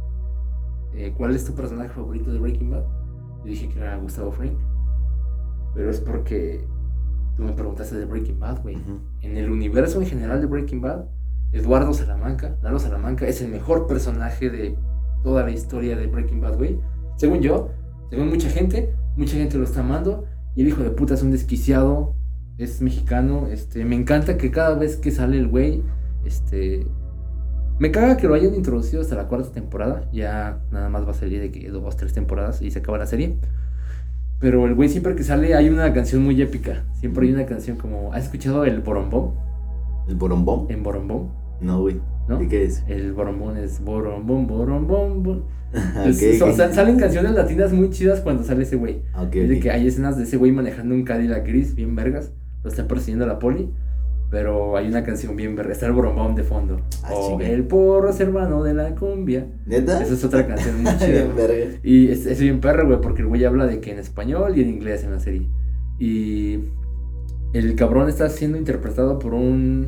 eh, ¿cuál es tu personaje favorito de Breaking Bad? Yo dije que era Gustavo Fring. Pero es porque tú me preguntaste de Breaking Bad, güey. Uh-huh. En el universo en general de Breaking Bad, Eduardo Salamanca, Lalo Salamanca, es el mejor personaje de toda la historia de Breaking Bad, güey. Según yo, según mucha gente, mucha gente lo está amando. Y el hijo de puta es un desquiciado, es mexicano, este, me encanta que cada vez que sale el güey, este, me caga que lo hayan introducido hasta la cuarta temporada, ya nada más va a salir de que dos, tres temporadas y se acaba la serie, pero el güey siempre que sale hay una canción muy épica, siempre hay una canción como, ¿has escuchado el Borombón? ¿El Borombón? En Borombón. No, güey. ¿No? ¿Y qué es? El Borombón es Borombón, Borombón, Borombón. Okay, es, okay. O sea, salen canciones latinas muy chidas cuando sale ese güey. Okay, es de okay. Que hay escenas de ese güey manejando un Cadillac gris bien vergas. Lo está persiguiendo la poli. Pero hay una canción bien verga. Está el Borombón de fondo. Ah, o chica. El porro es hermano de la cumbia. ¿Neta? Esa es otra canción muy chida. Bien verga. Y es, es bien perro, güey, porque el güey habla de que en español y en inglés en la serie. Y el cabrón está siendo interpretado por un...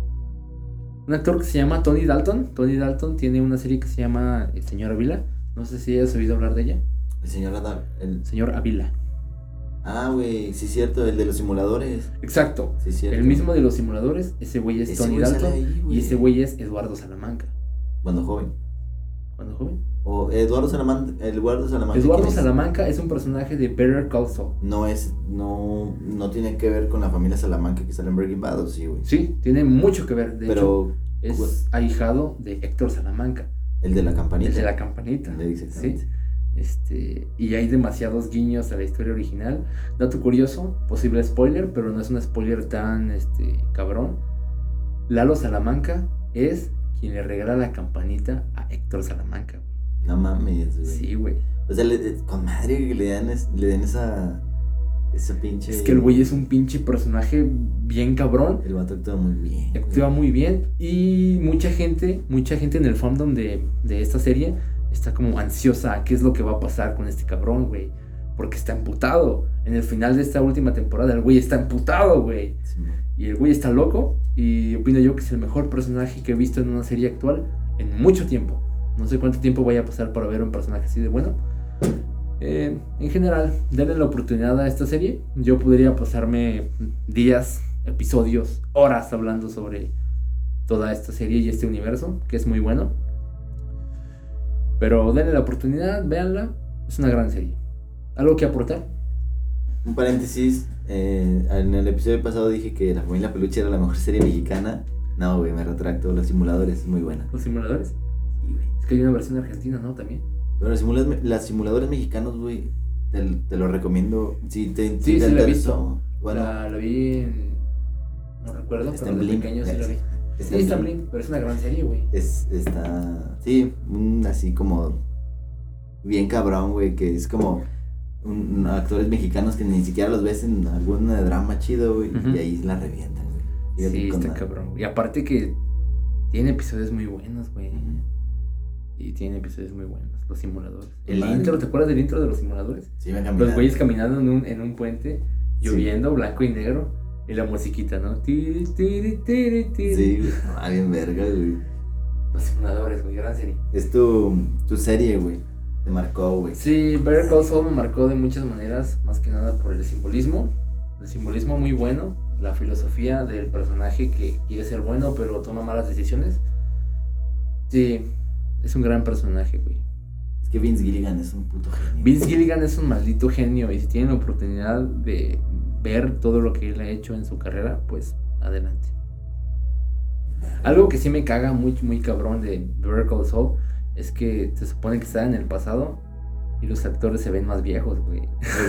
Un actor que se llama Tony Dalton. Tony Dalton tiene una serie que se llama El Señor Avila. No sé si hayas oído hablar de ella. El señor Adal, el señor Avila. Ah, güey, sí es cierto, el de los simuladores. Exacto. Sí, cierto. El mismo de los simuladores. Ese güey es ese Tony Dalton. Ahí, y ese güey es Eduardo Salamanca. Cuando joven. Cuando joven. O Eduardo Salamanca. Eduardo Salamanca. Eduardo Salamanca es? es un personaje de Better Call Saul. No es, no, no tiene que ver con la familia Salamanca que sale en Breaking Bad, ¿o sí, güey? Sí, tiene mucho que ver. De Pero hecho, es ahijado de Héctor Salamanca. El de la campanita. El de la campanita. Le dice sí. Este, y hay demasiados guiños a la historia original. Dato curioso, posible spoiler, pero no es un spoiler tan este, cabrón. Lalo Salamanca es quien le regala la campanita a Héctor Salamanca, güey. No mames, güey. Sí, güey. O sea, le, con madre que le dan, es, le den esa, esa pinche... Es que el güey es un pinche personaje bien cabrón. El vato actúa muy bien. Actúa muy bien. Y mucha gente, mucha gente en el fandom de, de esta serie está como ansiosa a qué es lo que va a pasar con este cabrón, güey. Porque está emputado. En el final de esta última temporada, el güey está emputado, güey. Sí. Y el güey está loco. Y opino yo que es el mejor personaje que he visto en una serie actual en mucho tiempo. No sé cuánto tiempo vaya a pasar para ver un personaje así de bueno. Eh, en general, denle la oportunidad a esta serie. Yo podría pasarme días, episodios, horas hablando sobre toda esta serie y este universo, que es muy bueno. Pero denle la oportunidad, véanla. Es una gran serie. ¿Algo que aportar? Un paréntesis. Eh, en el episodio pasado dije que La Familia Peluche era la mejor serie mexicana. No, güey, me retracto. Los Simuladores es muy buena. ¿Los Simuladores? Sí, güey. Es que hay una versión argentina, ¿no? También. Pero los simuladores, los simuladores mexicanos, güey, te, te lo recomiendo. Si te, sí, si sí, te la he visto. Bueno, la, la vi en... No recuerdo, está pero en de pequeño sí la vi. Está sí, está en Blink, pero es una gran serie, güey. Es, está... Sí, un, así como... Bien cabrón, güey, que es como... Un, actores mexicanos que ni siquiera los ves en algún drama chido, güey. Uh-huh. Y ahí la revientan, güey. Sí, está cabrón. Y aparte que tiene episodios muy buenos, güey. Uh-huh. Y tiene episodios muy buenos, los simuladores. El Madre. Intro, ¿te acuerdas del intro de los simuladores? Sí, me caminando. Los güeyes caminando en un, en un puente, lloviendo, sí. Blanco y negro, y la musiquita, ¿no? Tiri, tiri, tiri, tiri. Sí, ah, bien verga, güey. Los simuladores, güey, gran serie. Es tu, tu serie, güey. Te marcó, güey. Sí, Better Call Saul me marcó de muchas maneras, más que nada por el simbolismo. El simbolismo muy bueno, la filosofía del personaje que quiere ser bueno, pero toma malas decisiones. Sí. Es un gran personaje, güey. Es que Vince Gilligan es un puto genio. Vince Gilligan es un maldito genio. Y si tienen la oportunidad de ver todo lo que él ha hecho en su carrera, pues adelante. Algo que sí me caga muy, muy cabrón de Better Call Saul es que se supone que está en el pasado y los actores se ven más viejos, güey.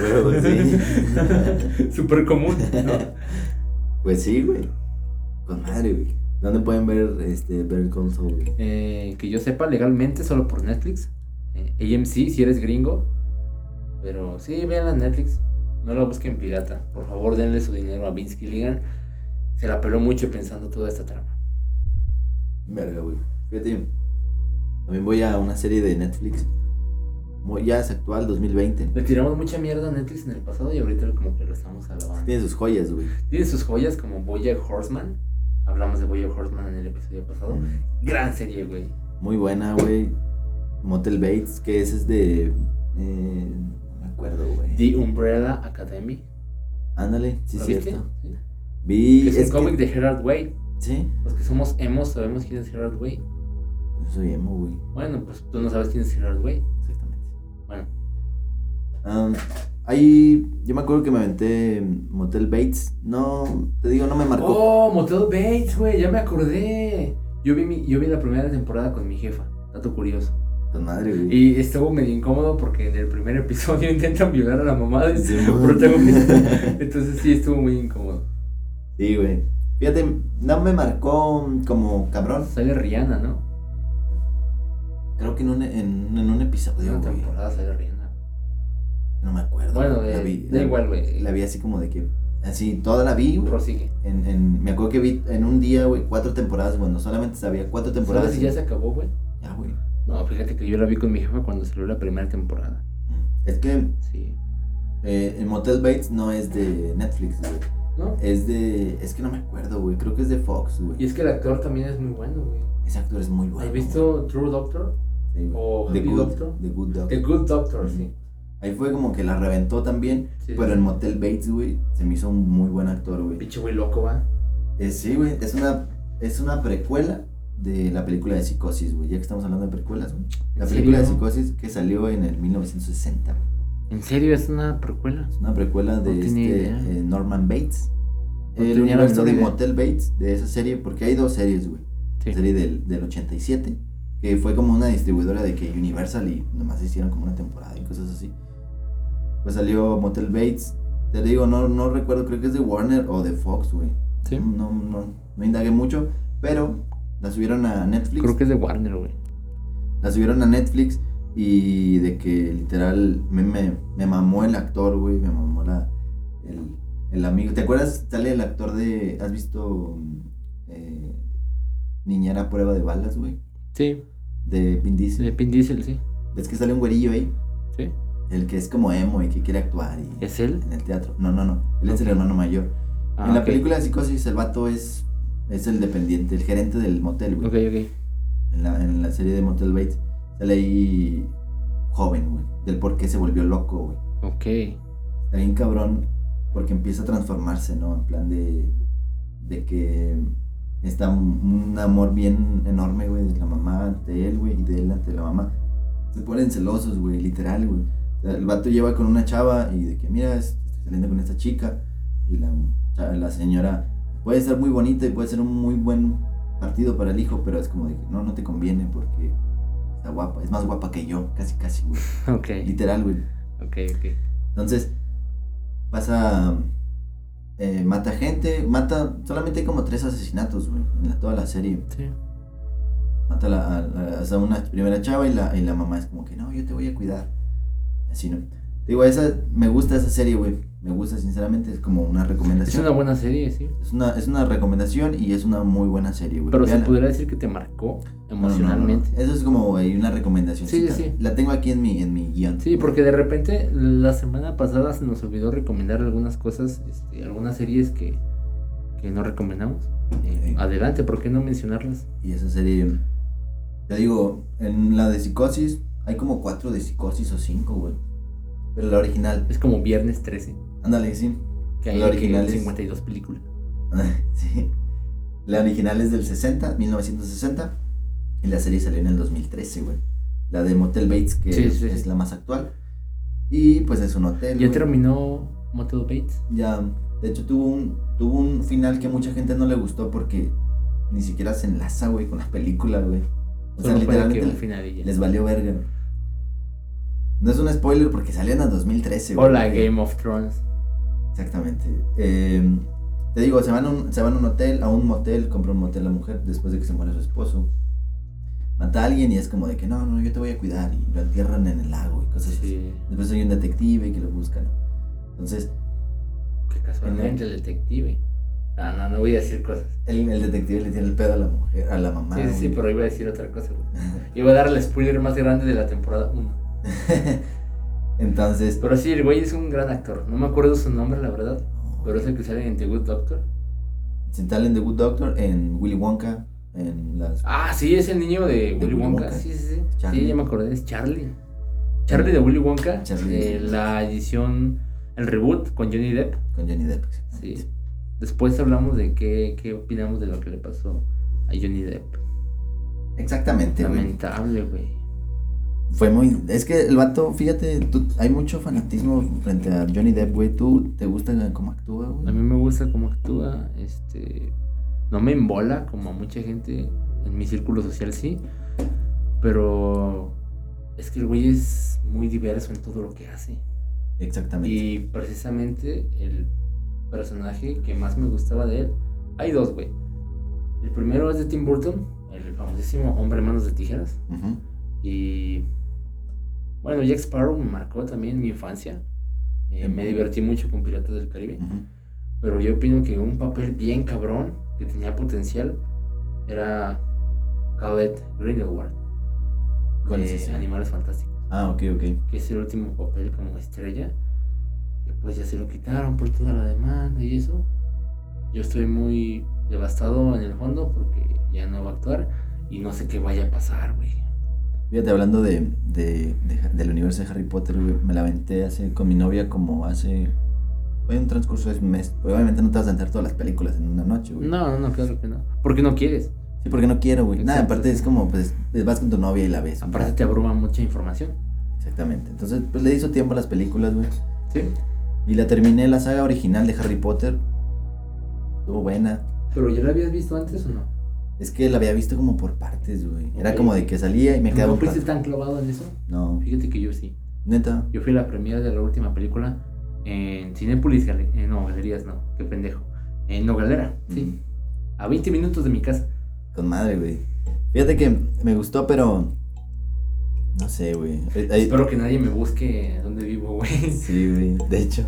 Sí. Súper común, ¿no? Pues sí, güey. Con madre, güey. ¿Dónde pueden ver este Better Call Saul? Eh, que yo sepa, legalmente solo por Netflix. Eh, A M C si eres gringo. Pero sí, véanla en Netflix. No la busquen pirata. Por favor, denle su dinero a Vince Gilligan. Se la peló mucho pensando toda esta trama. Verga, güey. Fíjate, también voy a una serie de Netflix. Ya es actual, dos mil veinte. Le tiramos mucha mierda a Netflix en el pasado y ahorita como que lo estamos alabando. Tiene sus joyas, güey. Tiene sus joyas como BoJack Horseman. Hablamos de BoJack Horseman en el episodio pasado. Mm. Gran serie, güey. Muy buena, güey. Motel Bates, que ese es de... Eh, no me acuerdo, güey. The Umbrella Academy. Ándale, sí, ¿Lo cierto. viste? Sí. Vi... Que es, es un cómic que... de Gerard Way. Sí. Los que somos emos sabemos quién es Gerard Way. Yo soy emo, güey. Bueno, pues tú no sabes quién es Gerard Way. Exactamente. Bueno. Um, ahí... Yo me acuerdo que me aventé Motel Bates. No, te digo, no me marcó. Oh, Motel Bates, güey, ya me acordé. Yo vi, mi, yo vi la primera temporada con mi jefa. Dato curioso. Con madre, güey. Y estuvo medio incómodo porque en el primer episodio intentan violar a la mamá de su protagonista. Entonces sí, estuvo muy incómodo. Sí, güey. Fíjate, no me marcó como cabrón. Sale Rihanna, ¿no? Creo que en un, en, en un episodio, en una güey. temporada sale Rihanna. No me acuerdo. Bueno, la de, vi, da la, igual, güey. La vi así como de que... Así, toda la vi, güey. Prosigue. En, en, me acuerdo que vi en un día, güey, cuatro temporadas, cuando solamente sabía cuatro temporadas. ¿Sabes si ya se acabó, güey? Ya, güey. No, fíjate que yo la vi con mi jefa cuando salió la primera temporada. Es que... Sí. Eh, el Motel Bates no es de Netflix, güey. ¿No? Es de... Es que no me acuerdo, güey. Creo que es de Fox, güey. Y es que el actor también es muy bueno, güey. Ese actor es muy bueno. ¿Has visto True Doctor? Sí, güey. ¿O The Happy Good Doctor? The Good Doctor. The Good Doctor, Uh-huh. sí. Ahí fue como que la reventó también. Sí, pero sí. en Motel Bates, güey, se me hizo un muy buen actor, güey. Pinche güey loco, va. Eh, sí, güey. Es una, es una precuela de la película de Psicosis, güey. Ya que estamos hablando de precuelas, güey. La película serio? de Psicosis que salió en el mil novecientos sesenta, güey. ¿En serio es una precuela? Es una precuela de No tenía este idea. eh, Norman Bates. No el tenía la universo menor de idea. Motel Bates, de esa serie, porque hay dos series, güey. Sí. La serie del, del ochenta y siete que fue como una distribuidora de que Universal y nomás hicieron como una temporada y cosas así. Pues salió Motel Bates. Te digo, no, no recuerdo, creo que es de Warner o de Fox, güey. Sí. No, no, no indagué mucho, pero la subieron a Netflix. Creo que es de Warner, güey. La subieron a Netflix y de que literal me, me, me mamó el actor, güey, me mamó la, el, el amigo. ¿Te acuerdas? Sale el actor de, ¿has visto eh, Niñera a prueba de balas, güey? Sí. De Vin Diesel. De Vin Diesel, sí. ¿Ves que sale un güerillo ahí? Sí. El que es como emo y que quiere actuar y ¿Es él? en el teatro. No, no, no. Él es Ok. el hermano mayor. Ah, en la ok. película de Psicosis, el vato es, es el dependiente, el gerente del motel, güey. Ok, ok. En la, en la serie de Motel Bates sale ahí joven, güey. Del por qué se volvió loco, güey. Ok. Está bien cabrón porque empieza a transformarse, ¿no? En plan de, de que está un, un amor bien enorme, güey, de la mamá ante él, güey, y de él ante la mamá. Se ponen celosos, güey, literal, güey. O sea, el vato lleva con una chava y de que, mira, estoy saliendo con esta chica. Y la, la señora puede ser muy bonita y puede ser un muy buen partido para el hijo, pero es como de que no, no te conviene porque está guapa, es más guapa que yo, casi, casi, güey. Ok. Literal, güey. Ok, ok. Entonces, pasa, eh, mata gente, mata, solamente hay como tres asesinatos, güey, en la, toda la serie. Sí. Mata a, la, a, la, a una primera chava y la, y la mamá es como que, no, yo te voy a cuidar. Así, ¿no? Digo, esa, me gusta esa serie, güey, me gusta sinceramente, es como una Es recomendación. una buena serie, sí. Es una, es una recomendación y es una muy buena serie, güey. Pero se Véanla. pudiera decir que te marcó No, no, no, emocionalmente. no, no. Eso es como güey, una recomendación. Sí, sí, sí. La tengo aquí en mi, en mi guión. Sí, porque de repente la semana pasada se nos olvidó recomendar algunas cosas, este, algunas series que, que no recomendamos. Eh, Sí. Adelante, ¿por qué no mencionarlas? Y esa serie, te digo, en la de Psicosis, hay como cuatro de Psicosis o cinco, güey. Pero la original, Es como Viernes trece, ándale, sí. que hay La original que es- cincuenta y dos películas. Sí. La original es del sesenta, mil novecientos sesenta. Y la serie salió en el dos mil trece, güey. La de Motel Bates, que Sí, es, sí, es sí. la más actual. Y pues es un hotel. ¿Ya güey. terminó Motel Bates? Ya, de hecho tuvo un, tuvo un final que a mucha gente no le gustó porque ni siquiera se enlaza, güey, con la película, güey. O sea, Solo fue de que literalmente un final y ya. les valió verga. No es un spoiler porque salió en el dos mil trece, güey. Hola, Game of Thrones. Exactamente. Eh, te digo, se van, a un, se van a un hotel, a un motel, compra un motel la mujer después de que se muere su esposo. Mata a alguien y es como de que no, no, yo te voy a cuidar y lo entierran en el lago y cosas así. Sí, Después hay un detective que lo busca, ¿no? Entonces, que casualmente el detective. No, no, no voy a decir cosas. el, el detective le tiene el pedo a la mujer, a la mamá. Sí, sí, sí, güey. pero iba a decir otra cosa, güey. Iba a dar el spoiler más grande de la temporada uno. Entonces, Pero sí, el güey es un gran actor. No me acuerdo su nombre, la verdad. Pero es el que sale en The Good Doctor. se sale en The Good Doctor, en Willy Wonka, en las... Ah, sí, es el niño de Willy Willy Wonka. Wonka. Sí, sí, sí. Charlie. Sí, ya me acordé, es Charlie. Charlie de Willy Wonka. Charlie. eh, la edición, el reboot con Johnny Depp. Con Johnny Depp. Sí. Después hablamos de qué, qué opinamos de lo que le pasó a Johnny Depp. Exactamente, güey. Lamentable, güey. Fue muy... Es que el vato, fíjate, tú, hay mucho fanatismo frente a Johnny Depp, güey. ¿Tú te gusta cómo actúa, A güey? mí me gusta cómo actúa, este, no me embola como a mucha gente en mi círculo social, sí, pero es que el güey es muy diverso en todo lo que hace. Exactamente. Y precisamente el personaje que más me gustaba de él, hay dos, güey. El primero es de Tim Burton, el famosísimo Hombre Manos de Tijeras. Ujú. Y bueno, Jack Sparrow me marcó también mi infancia. Eh, me divertí mucho con Piratas del Caribe. Ujú. Pero yo opino que un papel bien cabrón, que tenía potencial, era Calvert Grindelwald, ¿Cuál de es ese? Animales Fantásticos, Ah, ok, ok. que es el último papel como estrella, que pues ya se lo quitaron por toda la demanda y eso. Yo estoy muy devastado en el fondo porque ya no va a actuar y no sé qué vaya a pasar, güey. Fíjate, hablando de, de, de- del universo de Harry Potter, güey, me la aventé hace, con mi novia como hace... Fue un transcurso de un mes. Obviamente no te vas a aventar todas las películas en una noche, güey. No, no, no, claro que no. Porque no quieres. Sí, porque no quiero, güey. Nada, Exacto. aparte es como, pues, vas con tu novia y la ves. Aparte te abruma mucha información. Exactamente. Entonces, pues le hizo tiempo a las películas, güey. Sí. Y la terminé la saga original de Harry Potter. Estuvo buena. ¿Pero ya la habías visto antes o no? Es que la había visto como por partes, güey. Era Ok. como de que salía y me quedaba ¿No un fuiste rato. tan clavado en eso? No, Fíjate que yo sí. neta. Yo fui a la premiere de la última película en Cinépolis, gale- eh, no, galerías no, qué pendejo. En Nogalera, sí. A veinte minutos de mi casa. Con madre, güey. Fíjate que me gustó, pero... No sé, güey. Eh, hay- Espero que nadie me busque dónde vivo, güey. Sí, güey. De hecho,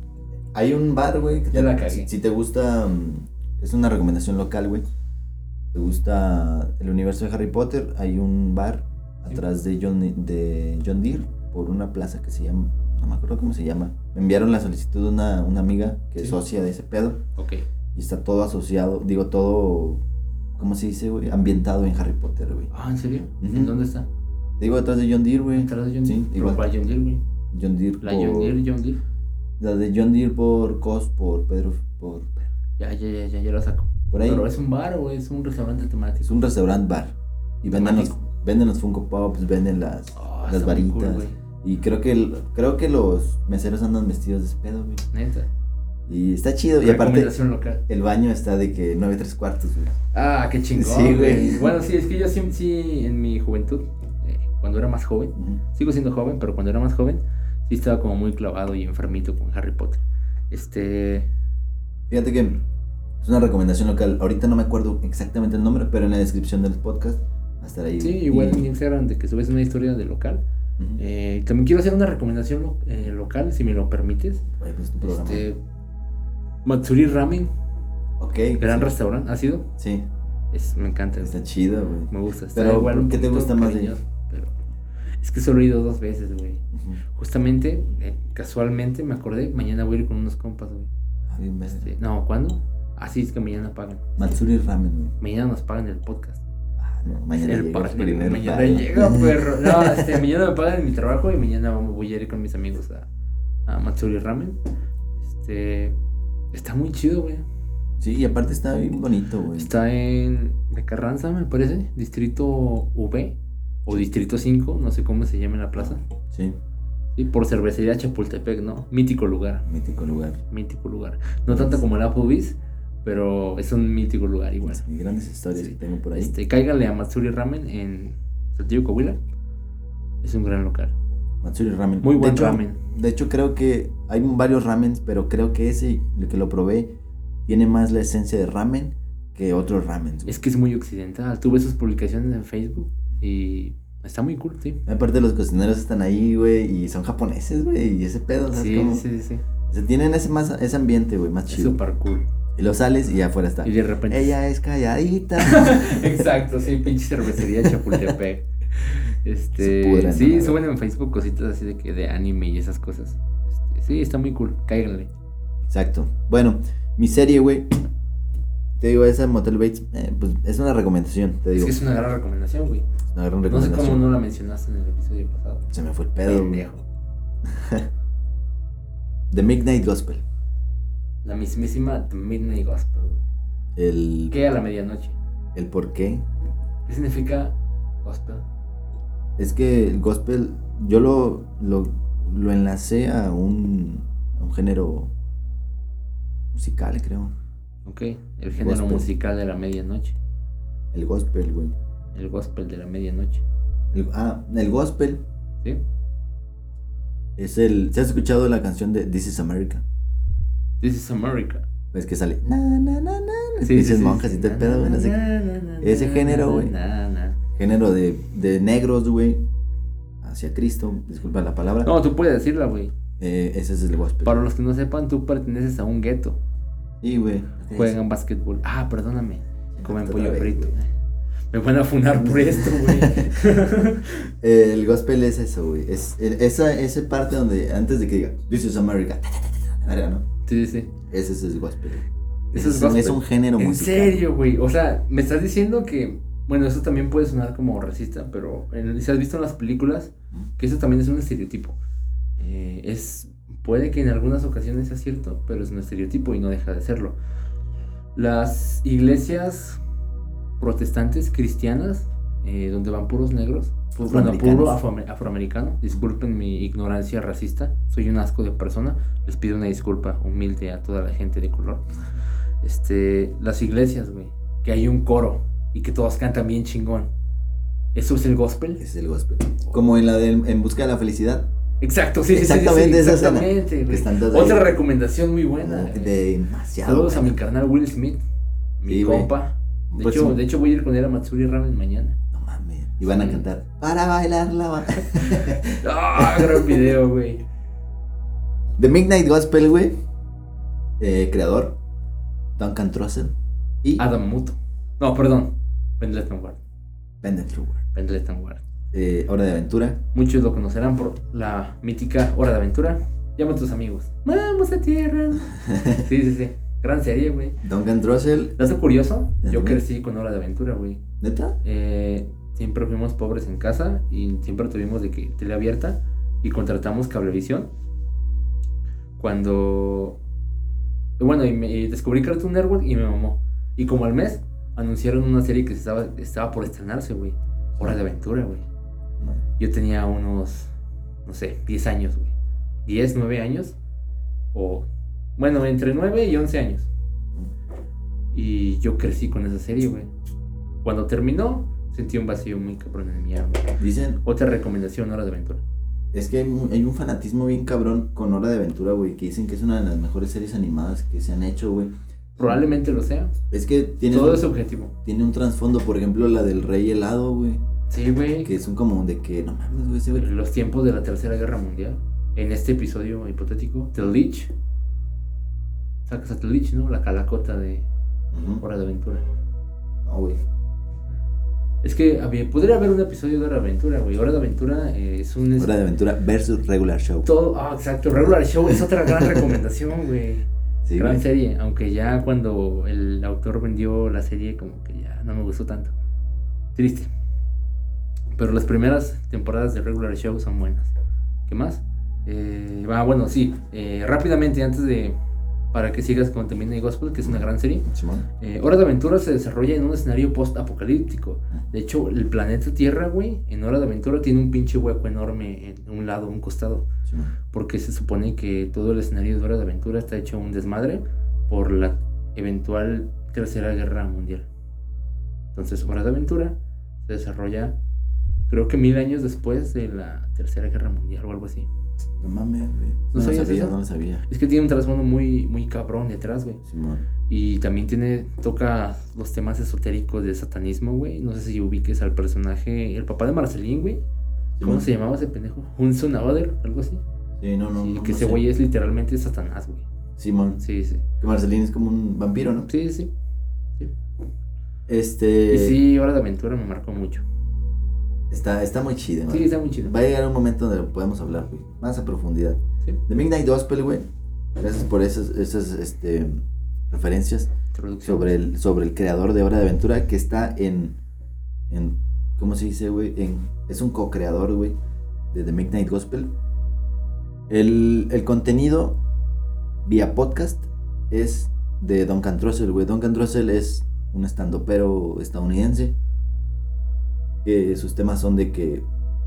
hay un bar, güey. que Ya te- la cagué. Si, si te gusta, mm, es una recomendación local, güey. Te gusta el universo de Harry Potter, hay un bar Sí. atrás de John, de John Deere por una plaza que se llama, no me acuerdo cómo se llama. Me enviaron la solicitud de una, una amiga que es Sí. socia de ese pedo Ok. y está todo asociado, digo, todo, ¿cómo se dice, güey? Ambientado en Harry Potter, güey. Ah, ¿en serio? Ujú. ¿En dónde está? Te digo, atrás de John Deere, güey. ¿Atrás de John Sí, Deere? Pero igual. ¿cuál John Deere, güey? John Deere La por... John Deere, John Deere. La de John Deere por Cos, por Pedro, por... Ya, ya, ya, ya, ya la saco. Por ahí. ¿Pero es un bar o es un restaurante temático? Es un restaurant bar. Y venden los, Temático. venden los Funko Pops, venden las, Oh, las está muy varitas. cool, güey. Y creo que el- creo que los meseros andan vestidos de ese pedo, güey. Neta. Y está chido. Y aparte, Recomendación local. el baño está de que nueve tres cuartos, güey. Ah, qué chingón, Sí, güey. güey. Bueno, sí, es que yo sí, sí en mi juventud, eh, cuando era más joven, Ujú. sigo siendo joven, pero cuando era más joven, sí estaba como muy clavado y enfermito con Harry Potter. Este... Fíjate que es una recomendación local. Ahorita no me acuerdo exactamente el nombre, pero en la descripción del podcast va a estar ahí. Sí, güey. igual Y- en Instagram de que subes una historia de local. Ujú. Eh, también quiero hacer una recomendación lo- eh, local, si me lo permites. Güey, pues tu programa. Este... Matsuri Ramen, Ok. gran sí. restaurante, ¿ha sido? Sí, Es, me encanta. está chido, güey. Me gusta. Está Pero, igual un ¿qué te poquito gusta más de cariñoso, pero es que solo he ido dos veces, güey. Ujú. Justamente, eh, casualmente me acordé, mañana voy a ir con unos compas, güey. Ah, bien, verga. Este, no, ¿cuándo? Así es que mañana pagan. Matsuri Ramen, güey. Mañana nos pagan el podcast. Ah, no, mañana el llega par- el primer mañana pago. llega, perro. No, este, mañana me pagan en mi trabajo y mañana vamos, voy a ir con mis amigos a, a Matsuri Ramen. Este, está muy chido, güey. Sí, y aparte está bien bonito, güey. Está en de Carranza, me parece, distrito V o distrito cinco, no sé cómo se llama la plaza. Sí, Sí, por cervecería Chapultepec, ¿no? Mítico lugar, mítico lugar. mítico lugar. No tanto como el Applebee's, pero es un mítico lugar igual. Y grandes historias Sí. que tengo por ahí. Este, cáigale a Matsuri Ramen en Saltillo, Coahuila. Es un gran local. Matsuri Ramen. Muy buen de hecho, ramen. De hecho, creo que hay varios ramens, pero creo que ese, el que lo probé, tiene más la esencia de ramen que otros ramens, güey. Es que es muy occidental. Tuve sus publicaciones en Facebook y está muy cool, sí. Aparte, los cocineros están ahí, güey, y son japoneses, güey, y ese pedo, ¿sabes Sí, cómo? sí, sí, sí. O sea, tienen ese, más, ese ambiente, güey, más Es chido. súper cool. Y lo sales y afuera está. Y de repente. Ella es calladita. Exacto, sí, pinche cervecería Chapultepec. Este, Se pudren, sí, ¿no? suben en Facebook cositas así de que de anime y esas cosas. Este, sí, está muy cool, cáiganle. Exacto. Bueno, mi serie, güey. Te digo, esa Motel Bates, eh, pues es una recomendación, te Es digo. que es una gran recomendación, güey. Es una gran No sé recomendación. cómo no la mencionaste en el episodio pasado. Se me fue el pedo, güey. Pendejo. The Midnight Gospel. La mismísima The Midnight Gospel, güey. El, ¿Qué a la medianoche? el por qué. ¿Qué significa gospel? Es que el gospel, yo lo, lo, lo enlacé a un, a un género musical, creo. Ok, el género Gospel. musical de la medianoche. El gospel, güey. El gospel de la medianoche. El- ah, el gospel ¿Sí? es el... ¿Se has escuchado la canción de This is America? This is America. Es que sale... Na, na, na, na, Sí, pinches sí, sí, monjas sí. y todo el pedo, güey. no sé qué. Na, na, na, Ese na, género, na, güey. na, na. Género de, de negros, güey. Hacia Cristo, disculpa la palabra. No, tú puedes decirla, güey. Eh, ese es el gospel. Para los que no sepan, tú perteneces a un gueto. Sí, güey. Juegan básquetbol. Ah, perdóname. Comen Otra pollo vez, frito. güey. Me van a funar por esto, güey. Eh, el gospel es eso, güey. Es el- esa, esa parte donde antes de que diga This is America, ta, ta, ta, ta, verga, ¿no? Sí, sí, sí. Ese es el gospel. Eso es un- gospel. es un género En musical. serio, güey. O sea, me estás diciendo que. Bueno, eso también puede sonar como racista, pero en- si has visto en las películas, que eso también es un estereotipo. Eh, es. Puede que en algunas ocasiones sea cierto, pero es un estereotipo y no deja de serlo. Las iglesias protestantes cristianas, eh, donde van puros negros, pu- bueno, Afroamericanos. puro afroame- afroamericano, disculpen mi ignorancia racista, soy un asco de persona, les pido una disculpa humilde a toda la gente de color. Este, las iglesias, güey, que hay un coro, y que todos cantan bien chingón. ¿Eso es el gospel? Ese es el gospel. Como en la de En busca de la felicidad. Exacto, sí, exactamente, sí, sí, sí, esa exactamente, escena. Otra ahí. Recomendación muy buena. De, de demasiado. Saludos a mi carnal Will Smith, mi sí, compa. De, pues hecho, sí. de hecho, voy a ir con él a Matsuri Ramen mañana. No mames. Y van sí. a cantar para bailar la banda. Ah, gran video, güey. The Midnight Gospel, güey. Eh, creador Duncan Trussell y Adam Muto. No, perdón. Pendleton Ward. Pendleton Ward. Pendleton Ward. Eh, Hora de Aventura. Muchos lo conocerán por la mítica Hora de Aventura. Llama a tus amigos. Vamos a tierra. Sí, sí, sí. Gran serie, güey. Duncan Trussell. ¿Dato curioso? Yo crecí con Hora de Aventura, güey. ¿Neta? Eh, siempre fuimos pobres en casa y siempre tuvimos de que tele abierta y contratamos Cablevisión. Cuando... Bueno, y, me, y descubrí Cartoon Network y me mamó. Y como al mes anunciaron una serie que estaba, estaba por estrenarse, güey. Hora de Aventura, güey. Yo tenía unos, no sé, diez años, güey. diez, nueve años. O, bueno, entre nueve y once años. Y yo crecí con esa serie, güey. Cuando terminó, sentí un vacío muy cabrón en mi alma. Dicen... Otra recomendación, Hora de Aventura. Es que hay un, hay un fanatismo bien cabrón con Hora de Aventura, güey. Que dicen que es una de las mejores series animadas que se han hecho, güey. Probablemente lo sea. Es que tiene... Todo es objetivo. Tiene un trasfondo, por ejemplo, la del Rey Helado, güey. Sí, güey. Que son como de que, no mames, güey. Sí, los tiempos de la Tercera Guerra Mundial. En este episodio hipotético, The Lich. Sacas a The Lich, ¿no? La calacota de uh-huh. Hora de Aventura. No, güey. Es que había, podría haber un episodio de Hora de Aventura, güey. Hora de Aventura eh, es un... Hora de Aventura versus Regular Show. Todo, ah, exacto. Regular Show es otra gran recomendación, güey. Sí, gran güey. Serie. Aunque ya cuando el autor vendió la serie, como que ya no me gustó tanto. Triste. Pero las primeras temporadas de Regular Show son buenas. ¿Qué más? Eh, ah, bueno, sí. Eh, rápidamente, antes de... Para que sigas con The Midnight Gospel, que es una gran serie. Eh, Hora de Aventura se desarrolla en un escenario post-apocalíptico. De hecho, el planeta Tierra, güey, en Hora de Aventura tiene un pinche hueco enorme en un lado, un costado. Sí. Porque se supone que todo el escenario de Hora de Aventura está hecho un desmadre por la eventual Tercera Guerra Mundial. Entonces, Hora de Aventura se desarrolla, creo que mil años después de la Tercera Guerra Mundial o algo así. No mames, güey. ¿No, ¿No sabías sabía, eso? No lo sabía. Es que tiene un trasfondo muy, muy cabrón detrás, güey. Simón. Y también tiene, toca los temas esotéricos de satanismo, güey. No sé si ubiques al personaje, el papá de Marceline, güey. ¿Cómo se llamaba ese pendejo? Hunson Avader, algo así. Sí, no, no. Sí, no que no ese sé. güey es literalmente Satanás, güey. Simón. Sí, sí. Que Marceline es como un vampiro, ¿no? Sí, sí. sí. Este. Y sí, Hora de Aventura me marcó mucho. Está, está muy chido, ¿no? Sí, está muy chido. Va a llegar un momento donde lo podemos hablar, güey. Más a profundidad. Sí. The Midnight Gospel, güey. Gracias por esas, esas este, referencias sobre el, sobre el creador de Hora de Aventura, que está en, en ¿cómo se dice, güey? En, es un co-creador, güey, de The Midnight Gospel. El, el contenido vía podcast es de Duncan Trussell, güey. Duncan Trussell es un estandopero estadounidense. Que sus temas son de que,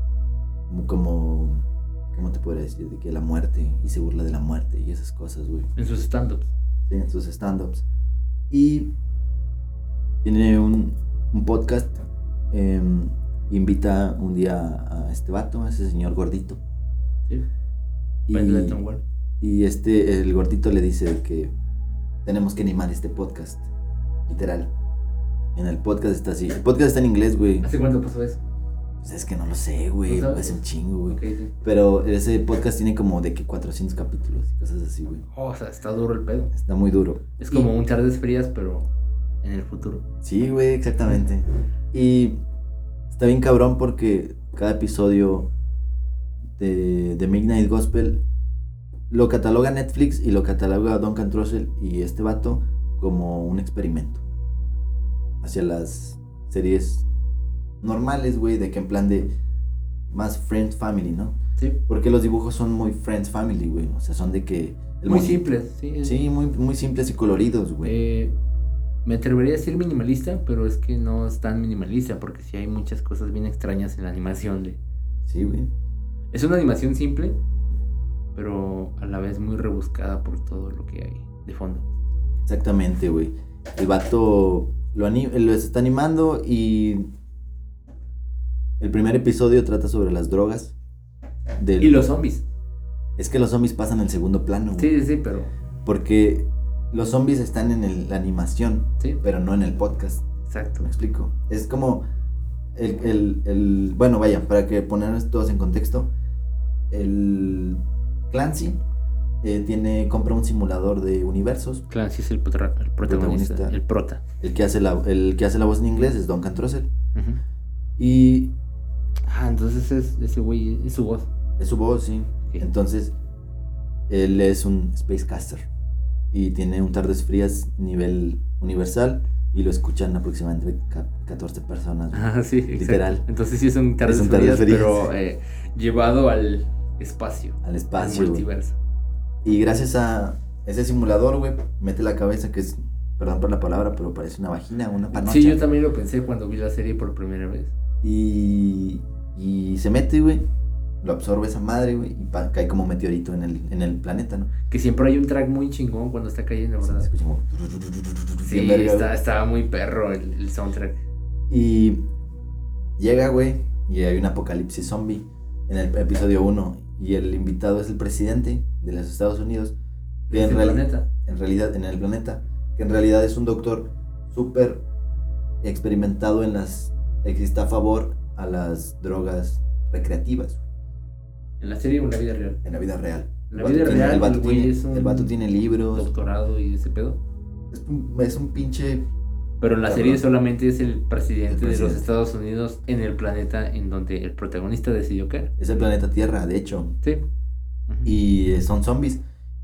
como, ¿cómo te podría decir? De que la muerte, y se burla de la muerte y esas cosas, güey. En sus stand-ups. Sí, en sus stand-ups. Y tiene un, un podcast, eh, invita un día a este vato, a ese señor gordito. Sí. Y, y este, el gordito le dice que tenemos que animar este podcast, literal. En el podcast está así. El podcast está en inglés, güey. ¿Hace cuánto pasó eso? Pues es que no lo sé, güey. ¿No es un chingo, güey. Okay, sí. Pero ese podcast tiene como de que cuatrocientos capítulos y cosas así, güey. Oh, o sea, está duro el pedo. Está muy duro. Es como y... un Tardes Frías, pero en el futuro. Sí, güey, exactamente. Y está bien cabrón porque cada episodio de, de Midnight Gospel lo cataloga Netflix y lo cataloga Duncan Trussell y este vato como un experimento hacia las series normales, güey, de que en plan de más Friends Family, ¿no? Sí. Porque los dibujos son muy Friends Family, güey. O sea, son de que... El muy simples, sí. Sí, muy, muy simples y coloridos, güey. Eh, me atrevería a decir minimalista, pero es que no es tan minimalista, porque sí hay muchas cosas bien extrañas en la animación de... Sí, güey. Es una animación simple, pero a la vez muy rebuscada por todo lo que hay de fondo. Exactamente, güey. El vato lo, anim- lo está animando y el primer episodio trata sobre las drogas. Del... Y los zombies. Es que los zombies pasan al segundo plano. Sí, sí, sí, pero... Porque los zombies están en el, la animación, sí, pero no en el podcast. Exacto. ¿Me explico? Es como el, el, el... Bueno, vaya, para que ponernos todos en contexto. El Clancy eh, tiene, compra un simulador de universos. Clancy es el, potra- el protagonista, protagonista, el prota. El que hace la, el que hace la voz en inglés es Duncan Trussell. Uh-huh. Y... Ah, entonces es, ese güey es su voz. Es su voz, sí. sí. Entonces, él es un Spacecaster. Y tiene un Tardes Frías nivel universal. Y lo escuchan aproximadamente catorce personas. Ah, sí, literal. Exacto. Entonces sí es un Tardes, es un tardes Frías, pero eh, llevado al espacio. Al espacio. Al multiverso. Y gracias a ese simulador, güey, mete la cabeza, que es, perdón por la palabra, pero parece una vagina, una panocha. Sí, yo también lo pensé cuando vi la serie por primera vez. Y, y se mete, güey, lo absorbe esa madre, güey, y pa- cae como meteorito en el, en el planeta, ¿no? Que siempre hay un track muy chingón cuando está cayendo, ¿verdad? Sí, como... sí verga, está, estaba muy perro el, el soundtrack. Y llega, güey, y hay un apocalipsis zombie en el episodio uno. Y el invitado es el presidente de los Estados Unidos. Que en, reali- planeta? en realidad, en el planeta, que en realidad es un doctor súper experimentado en las... que está a favor a las drogas recreativas. ¿En la serie o en la vida real? En la vida real. En la vida real, tiene, el, vato el, güey tiene, es un el vato tiene libros. Doctorado y ese pedo. Es un, es un pinche... Pero en la cabrón. serie solamente es el presidente, el presidente de los Estados Unidos en el planeta en donde el protagonista decidió caer. Es el planeta Tierra, de hecho. Sí. Uh-huh. Y eh, son zombies.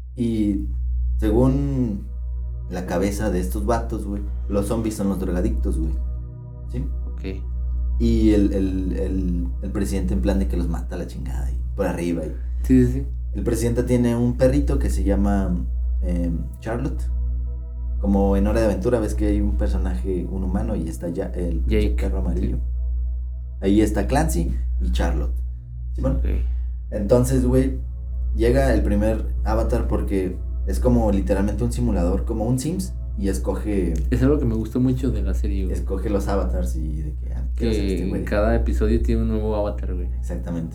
Y según la cabeza de estos vatos, güey, los zombies son los drogadictos, güey. ¿Sí? Ok. Y el, el, el, el presidente en plan de que los mata a la chingada y por arriba. Y... Sí, sí, sí. El presidente tiene un perrito que se llama eh, Charlotte. Como en Hora de Aventura ves que hay un personaje, un humano, y está ya el Jake, perro amarillo. Sí. Ahí está Clancy y Charlotte. ¿Sí, bueno? Okay. Entonces, güey, llega el primer avatar porque es como literalmente un simulador, como un Sims, y escoge... Es algo que me gustó mucho de la serie, güey. Escoge los avatars y de que... Ah, que este, güey? Cada episodio tiene un nuevo avatar, güey. Exactamente.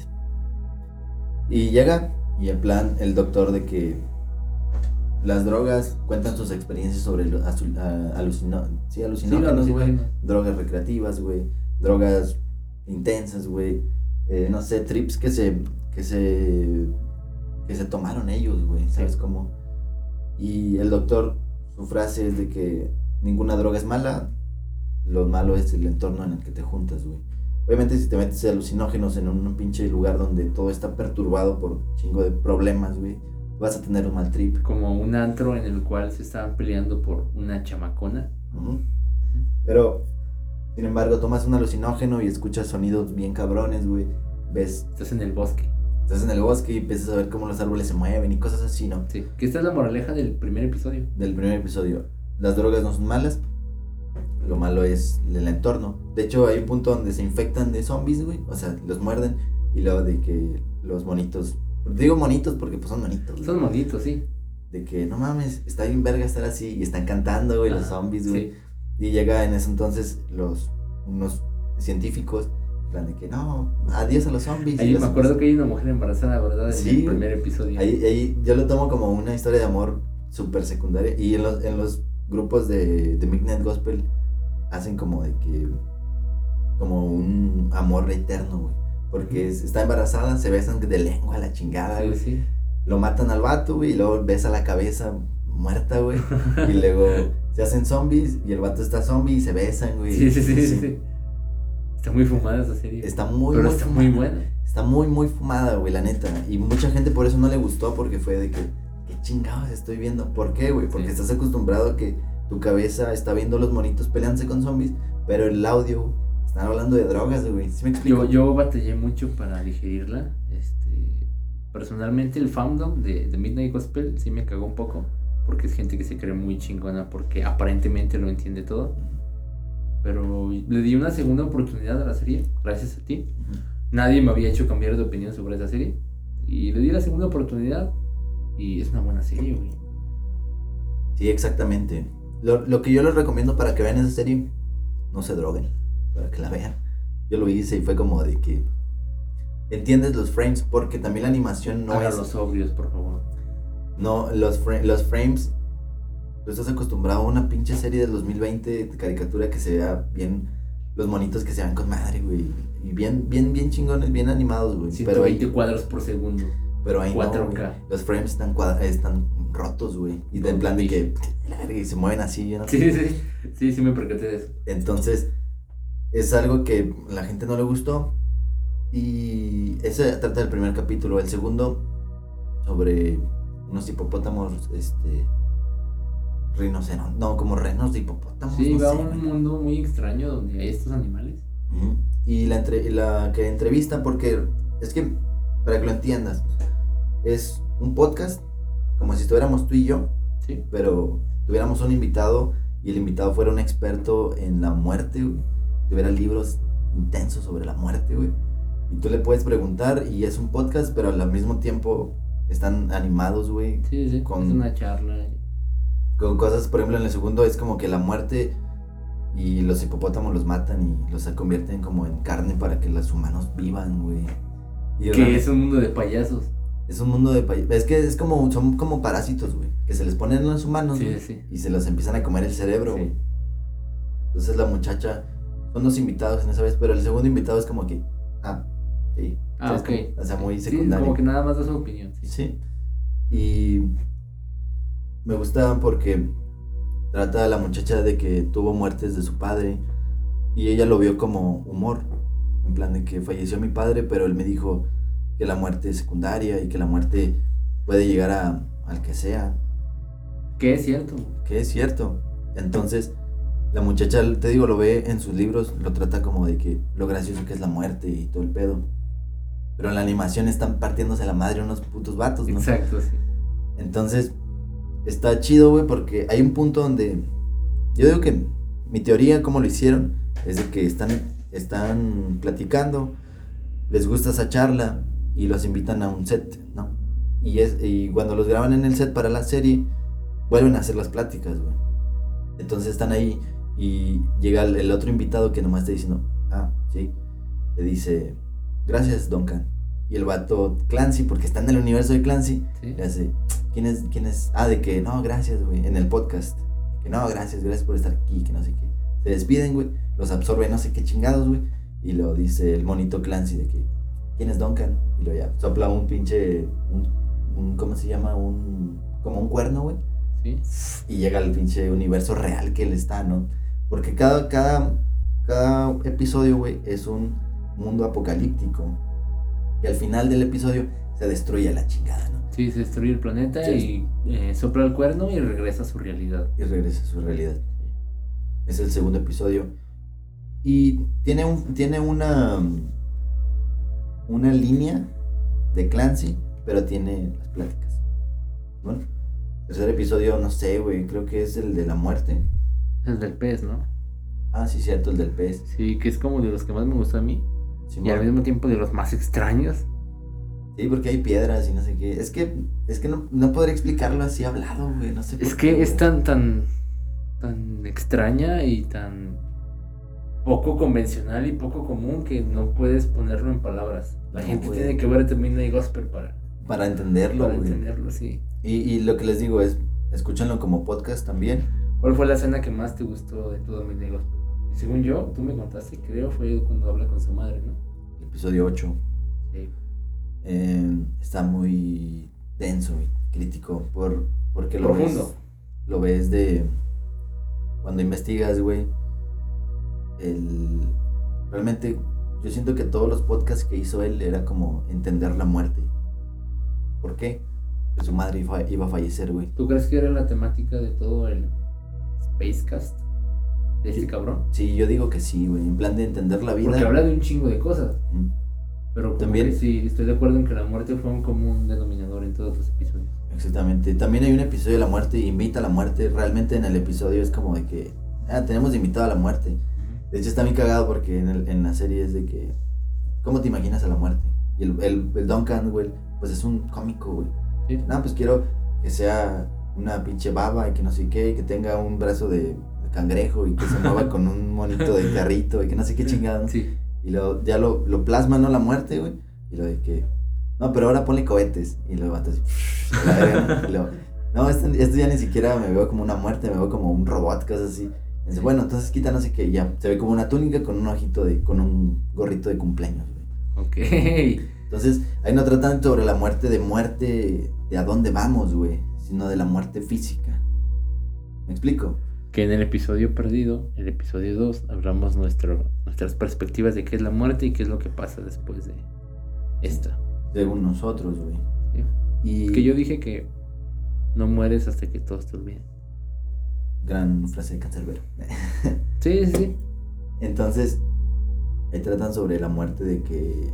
Y llega, y en plan, el doctor de que... Las drogas cuentan sus experiencias sobre lo, azul, a, alucino, sí, alucinógenos, sí, güey. Drogas recreativas, güey. Drogas intensas, güey. Eh, no sé, trips que se, que se, que se tomaron ellos, güey. ¿Sabes sí. cómo? Y el doctor, su frase es de que ninguna droga es mala. Lo malo es el entorno en el que te juntas, güey. Obviamente si te metes alucinógenos en un, un pinche lugar donde todo está perturbado por un chingo de problemas, güey, vas a tener un mal trip. Como un antro en el cual se estaban peleando por una chamacona. Uh-huh. Pero, sin embargo, tomas un alucinógeno y escuchas sonidos bien cabrones, güey. Ves... Estás en el bosque. Estás en el bosque y empiezas a ver cómo los árboles se mueven y cosas así, ¿no? Sí, que esta es la moraleja del primer episodio. Del primer episodio. Las drogas no son malas. Lo malo es el entorno. De hecho, hay un punto donde se infectan de zombies, güey. O sea, los muerden y luego de que los monitos... Digo monitos porque pues son monitos. Son güey. Monitos, sí. De que no mames, está bien verga estar así. Y están cantando, güey, los zombies, güey. Sí. Y llega en ese entonces los unos científicos, en plan de que no, adiós a los zombies. Ahí me los acuerdo zombies. que hay una mujer embarazada, ¿verdad? En sí, el primer episodio. Ahí, ahí yo lo tomo como una historia de amor súper secundaria. Y en los, en los grupos de, de Midnight Gospel hacen como de que, como un amor eterno, güey. Porque es, está embarazada, se besan de lengua a la chingada, güey. Sí, sí. Lo matan al vato, güey, y luego besa la cabeza muerta, güey. Y luego se hacen zombies y el vato está zombie y se besan, güey. Sí, sí, sí, sí, sí. Está muy fumada esa serie. Está muy, Pero muy está fumada. muy buena. Está muy, muy fumada, güey, la neta. Y mucha gente por eso no le gustó, porque fue de que, ¿qué chingados estoy viendo? ¿Por qué, güey? Porque sí. estás acostumbrado a que tu cabeza está viendo los monitos peleándose con zombies, pero el audio... Están hablando de drogas, güey. ¿Sí me explico? Yo, yo batallé mucho para digerirla. Este, personalmente el fandom de, de Midnight Gospel sí me cagó un poco. Porque es gente que se cree muy chingona porque aparentemente lo entiende todo. Pero le di una segunda oportunidad a la serie, gracias a ti. Uh-huh. Nadie me había hecho cambiar de opinión sobre esa serie. Y le di la segunda oportunidad y es una buena serie, güey. Sí, exactamente. lo, lo que yo les recomiendo para que vean esa serie, no se droguen, para que la vean. Yo lo hice y fue como de que entiendes los frames, porque también la animación no Haga es... los sobrios, por favor. No, los, fra- los frames, tú estás acostumbrado a una pinche serie del dos mil veinte de caricatura que se vea bien, los monitos que se vean con madre, güey, y bien, bien, bien chingones, bien animados, güey. ciento veinte Pero ahí, cuadros por segundo. pero ahí cuatro no, K. güey. Los frames están, cuadra- están rotos, güey, y de en plan de que y se mueven así, yo no Sí, sé. sí, sí, sí me percaté de eso. Entonces, es algo que a la gente no le gustó. Y ese trata del primer capítulo. El segundo, sobre unos hipopótamos, este, rinocerontes, no, como renos de hipopótamos. Sí, no va a sé, un güey. mundo muy extraño donde hay estos animales. Ujú. Y la, entre, y la que entrevista, porque es que, para que lo entiendas, es un podcast, como si estuviéramos tú y yo, Sí. pero tuviéramos un invitado y el invitado fuera un experto en la muerte, güey. Tuviera libros intensos sobre la muerte, güey. Y tú le puedes preguntar y es un podcast, pero al mismo tiempo están animados, güey. Sí, sí, Con- es una charla. Con cosas, por ejemplo, en el segundo es como que la muerte y los hipopótamos los matan y los convierten como en carne para que los humanos vivan, güey. Y Que realmente- es un mundo de payasos. Es un mundo de pay- es que es como son como parásitos, güey, que se les ponen en los humanos, Sí, güey, sí. y se los empiezan a comer el cerebro, Sí. güey. Entonces la muchacha son los invitados en esa vez, pero el segundo invitado es como que ah, sí. Ah, es ok. como- o sea, muy Sí, secundario. como que nada más da su opinión. Sí. Sí. Y me gusta porque trata a la muchacha de que tuvo muertes de su padre y ella lo vio como humor, en plan de que falleció mi padre, pero él me dijo que la muerte es secundaria y que la muerte puede llegar a al que sea, Que es cierto. que es cierto. Entonces, la muchacha, te digo, lo ve en sus libros, lo trata como de que lo gracioso que es la muerte y todo el pedo. Pero en la animación están partiéndose la madre unos putos vatos, ¿no? Exacto, sí. Entonces, está chido, güey, porque hay un punto donde yo digo que mi teoría, cómo lo hicieron, es de que están, están platicando, les gusta esa charla y los invitan a un set, ¿no? Y, es, y cuando los graban en el set para la serie, vuelven a hacer las pláticas, güey. Entonces están ahí y llega el, el otro invitado que nomás está diciendo, ah, sí, le dice, gracias, Duncan. Y el vato Clancy, porque está en el universo de Clancy, Sí. le hace, ¿quién es? ¿Quién es? Ah, de que no, gracias, güey, en el podcast. De que no, gracias, gracias por estar aquí, que no sé qué. Se despiden, güey, los absorbe no sé qué chingados, güey. Y lo dice el monito Clancy de que, ¿quién es Duncan? Y lo ya sopla un pinche, un, un ¿cómo se llama? Un, como un cuerno, güey. Sí. Y llega al pinche universo real que él está, ¿no? Porque cada, cada, cada episodio, güey, es un mundo apocalíptico. Y al final del episodio se destruye la chingada, ¿no? Sí, se destruye el planeta Sí. y eh, sopla el cuerno y regresa a su realidad. Y regresa a su realidad. Es el segundo episodio. Y tiene un, tiene una, una línea de Clancy, pero tiene las pláticas. Bueno, tercer episodio, no sé, güey, creo que es el de la muerte. El del pez, ¿no? Ah, sí, cierto, el del pez. Sí, que es como de los que más me gustó a mí. Simón. Y al mismo tiempo de los más extraños. Sí, porque hay piedras y no sé qué. Es que, es que no, no podría explicarlo así hablado, güey. No sé por Es qué, que es güey. tan, tan, tan extraña y tan poco convencional y poco común que no puedes ponerlo en palabras. La No, gente güey. tiene que ver Midnight Gospel para, Para entenderlo, para güey. entenderlo, sí. Y, y lo que les digo es, escúchenlo como podcast también. ¿Cuál fue la escena que más te gustó de todo Midnight Gospel? Y según yo, tú me contaste, creo, fue cuando habla con su madre, ¿no? El episodio ocho. Sí. Eh, está muy denso y crítico por, porque lo Profundo. ves, lo ves de cuando investigas, güey. El, realmente yo siento que todos los podcasts que hizo él era como entender la muerte. ¿Por qué? Porque su madre iba, iba a fallecer, güey. ¿Tú crees que era la temática de todo el Spacecast de este Sí. cabrón? Sí, yo digo que sí, güey. En plan de entender la vida. Porque habla de un chingo de cosas. Mm. Pero como También- que sí, estoy de acuerdo en que la muerte fue un común denominador en todos los episodios. Exactamente. También hay un episodio de la muerte, invita a la muerte. Realmente en el episodio es como de que, ah, tenemos invitado a la muerte. De hecho está bien cagado porque en, el, en la serie es de que, ¿cómo te imaginas a la muerte? Y el, el, el Duncan, güey, pues es un cómico, güey. Sí. No, pues quiero que sea una pinche baba y que no sé qué, y que tenga un brazo de, de cangrejo y que se mueva con un monito de carrito y que no sé qué chingada, ¿no? Sí. Y luego ya lo, lo plasma, ¿no? La muerte, güey. Y lo de que, no, pero ahora ponle cohetes. Y luego así, la verga, ¿no? Y luego, no, esto, esto ya ni siquiera me veo como una muerte, me veo como un robot, cosas así. Y dice, bueno, entonces quita no sé qué, ya, se ve como una túnica con un ojito de, con un gorrito de cumpleaños, güey. Ok. Entonces, ahí no tratan sobre la muerte de muerte, de a dónde vamos, güey, sino de la muerte física. ¿Me explico? Que en el episodio perdido, el episodio dos, hablamos nuestro, nuestras perspectivas de qué es la muerte y qué es lo que pasa después de esta. Según nosotros, güey. ¿Sí? Y Que yo dije que no mueres hasta que todo esté bien. gran frase de Cancerbero. Sí, sí, sí. Entonces, ahí tratan sobre la muerte de que...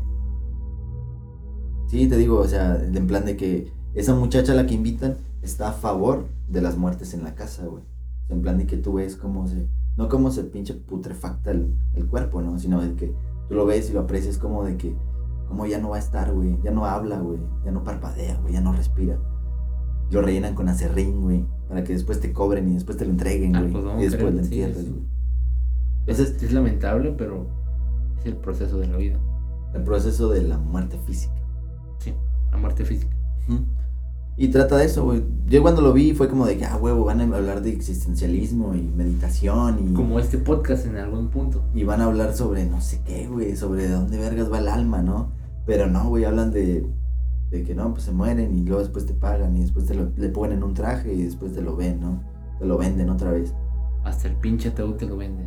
Sí, te digo, o sea, en plan de que esa muchacha a la que invitan está a favor de las muertes en la casa, güey. O sea, en plan de que tú ves cómo se... No cómo se pinche putrefacta el, el cuerpo, ¿no? Sino de que tú lo ves y lo aprecias como de que... Como ya no va a estar, güey. Ya no habla, güey. Ya no parpadea, güey. Ya no respira. Lo rellenan con acerrín, güey. Para que después te cobren y después te lo entreguen, Ah, güey. pues, no, y después creo, lo sí, entierras, sí. güey. Es, Entonces, es lamentable, pero es el proceso de la vida. el proceso de la muerte física. Sí, la muerte física. Ujú. Y trata de eso, güey. Yo cuando lo vi fue como de que, ah, huevo, van a hablar de existencialismo y meditación y... Como este podcast en algún punto. Y van a hablar sobre no sé qué, güey, sobre de dónde vergas va el alma, ¿no? Pero no, güey, hablan de, de que no, pues se mueren y luego después te pagan y después te lo, le ponen un traje y después te lo ven, ¿no? Te lo venden otra vez. Hasta el pinche ataúd te lo venden.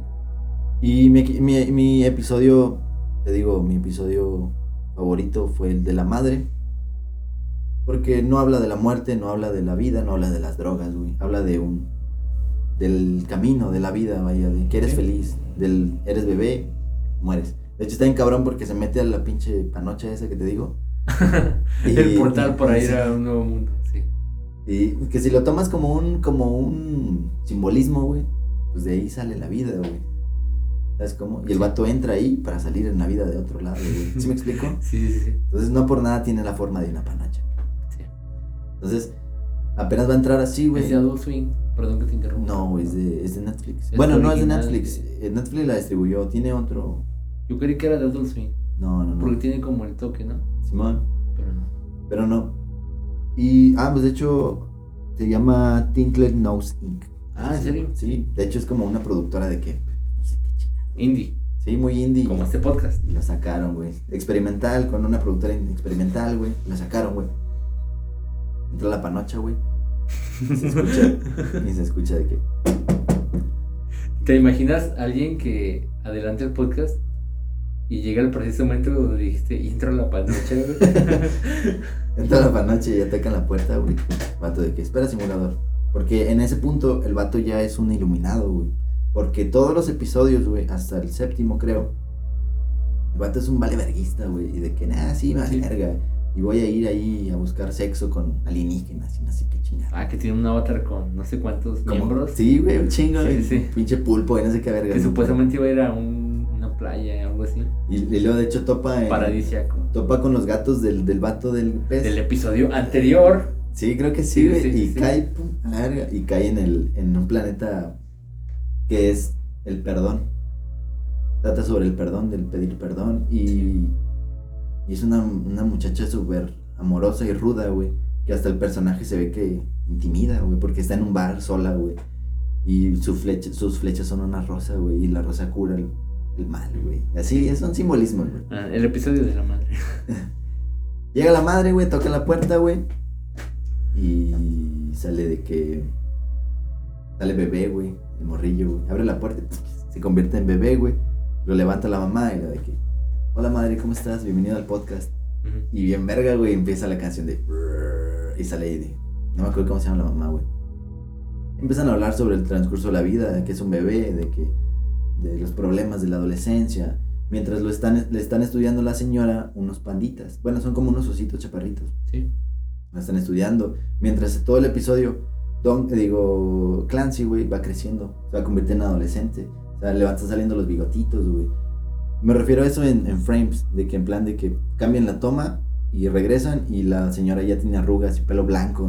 Y mi, mi, mi episodio, te digo, mi episodio favorito fue el de la madre. Porque no habla de la muerte, no habla de la vida, no habla de las drogas, güey. Habla de un... del camino de la vida, vaya, de que eres Sí. feliz, del eres bebé, mueres. De hecho está bien cabrón porque se mete a la pinche panocha esa que te digo. Y- El portal para ir sí. a un nuevo mundo, sí. Y que si lo tomas como un, como un simbolismo, güey, pues de ahí sale la vida, güey. ¿Sabes cómo? Y el Sí. vato entra ahí para salir en la vida de otro lado, güey. ¿Sí me explico? Sí, sí, sí. Entonces no por nada tiene la forma de una panocha. Sí. Entonces apenas va a entrar así, güey. Es de Adult Swing, perdón que te interrumpa. No, güey, es de, es de Netflix. Es Bueno, no es de original Netflix. de- Eh, Netflix la distribuyó. Tiene otro. Yo creí que era de Adult Swing, No, no, porque no. tiene como el toque, ¿no? Simón. Pero no. Pero no. Y, ah, pues de hecho, se llama Tinkler Nose incorporated. Ah, ¿en serio? Sí, de hecho es como una productora de que. No sé qué chingada. Indie, Sí, muy indie. como este podcast. Y lo sacaron, güey. Experimental, con una productora experimental, güey. Lo sacaron, güey. Entró la panocha, güey. Y se escucha. y se escucha de que. ¿Te imaginas a alguien que adelante el podcast y llega al preciso momento donde dijiste y entra la panocha, güey? Entra la panocha y ya tocan la puerta, güey. Vato de que espera simulador. Porque en ese punto el vato ya es un iluminado, güey. Porque todos los episodios, güey, hasta el séptimo creo, el vato es un vale verguista, güey. Y de que, nada, sí, vale Sí. verga. Y voy a ir ahí a buscar sexo con alienígenas y no sé qué chingada. Ah, que tiene un avatar con no sé cuántos Como- miembros. Sí, güey, un chingo, Sí, güey. sí. Pinche pulpo y no sé qué verga. Que ¿no? supuestamente iba a ir a un, una playa, algo así. Y, y luego de hecho topa en, Paradisiaco. topa con los gatos del, del vato del pez. Del episodio anterior. Sí, creo que sí, Sí, güey. sí, y sí. cae, pum, a la verga, y cae en el, en un planeta que es el perdón. Trata sobre el perdón, del pedir perdón. Y, y es una, una muchacha súper amorosa y ruda, güey. Que hasta el personaje se ve que intimida, güey. Porque está en un bar sola, güey. Y su flecha, sus flechas son una rosa, güey. Y la rosa cura el, el mal, güey. Así, es un simbolismo, güey. Ah, el episodio de la madre. Llega la madre, güey, toca la puerta, güey. Y sale de que... Sale bebé, güey, el morrillo, güey. Abre la puerta, se convierte en bebé, güey. Lo levanta la mamá y la de que... Hola madre, ¿cómo estás? Bienvenido al podcast. Ujú. Y bien verga, güey, empieza la canción de... Y sale ahí de... No me acuerdo cómo se llama la mamá, güey. Empiezan a hablar sobre el transcurso de la vida, de que es un bebé, de que... De los problemas de la adolescencia. Mientras lo están, le están estudiando la señora unos panditas. Bueno, son como unos ositos chaparritos. Sí. La están estudiando. Mientras todo el episodio, Don, digo, Clancy, güey, va creciendo. Se va a convertir en adolescente. O sea, le van saliendo los bigotitos, güey. Me refiero a eso en, en frames. De que en plan de que cambian la toma y regresan y la señora ya tiene arrugas y pelo blanco, ¿no?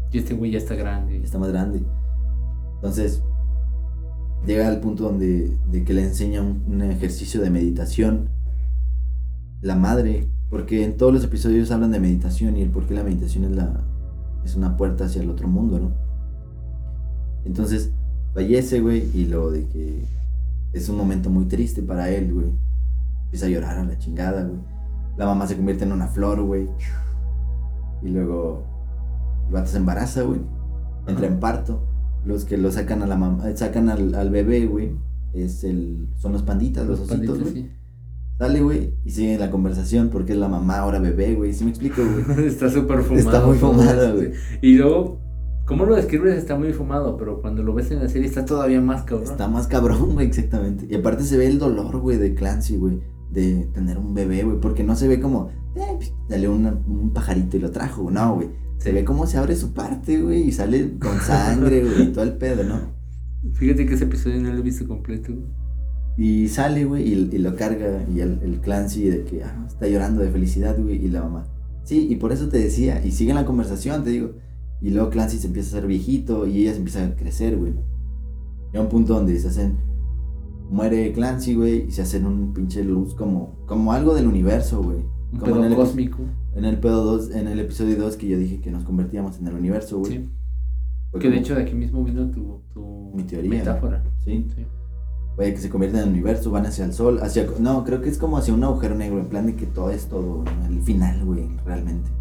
Y este güey ya está grande. Ya está más grande. Entonces, llega al punto donde de que le enseña un, un ejercicio de meditación. La madre, porque en todos los episodios hablan de meditación y el por qué la meditación es, la, es una puerta hacia el otro mundo, ¿no? Entonces, fallece, güey, y lo de que es un momento muy triste para él, güey. Empieza a llorar a la chingada, güey. La mamá se convierte en una flor, güey. Y luego el vato se embaraza, güey. Entra en parto. Los que lo sacan a la mamá, sacan al, al bebé, güey, es el, son los panditas, los, los ositos, güey. Sí. Sale, güey, y sigue la conversación porque es la mamá ahora bebé, güey. ¿Sí me explico, güey? Está súper fumado. Está muy fumado, güey. Y luego, ¿cómo lo describes? Está muy fumado, pero cuando lo ves en la serie está todavía más cabrón. Está más cabrón, güey, exactamente. Y aparte se ve el dolor, güey, de Clancy, güey, de tener un bebé, güey, porque no se ve como, eh, dale una, un pajarito y lo trajo, no, güey. Se ve cómo se abre su parte, güey, y sale con sangre, güey, y todo el pedo, ¿no? Fíjate que ese episodio no lo he visto completo, güey. Y sale, güey, y, y lo carga, y el, el Clancy de que ah, está llorando de felicidad, güey, y la mamá. Sí, y por eso te decía, y sigue la conversación, te digo. Y luego Clancy se empieza a hacer viejito, y ella se empieza a crecer, güey. Llega un punto donde se hacen, muere Clancy, güey, y se hacen un pinche luz como, como algo del universo, güey. Un como pedo en el, cósmico. En el pedo dos, en el episodio dos que yo dije que nos convertíamos en el universo, güey. Sí. Fue que como, de hecho de aquí mismo vino tu, tu mi teoría, metáfora. Sí. Sí. Güey, que se convierten en el universo, van hacia el sol, hacia, no, creo que es como hacia un agujero negro, en plan de que todo es todo, ¿no? El final, güey, realmente.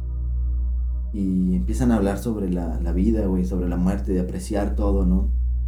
Y empiezan a hablar sobre la, la vida, güey, sobre la muerte, de apreciar todo, ¿no?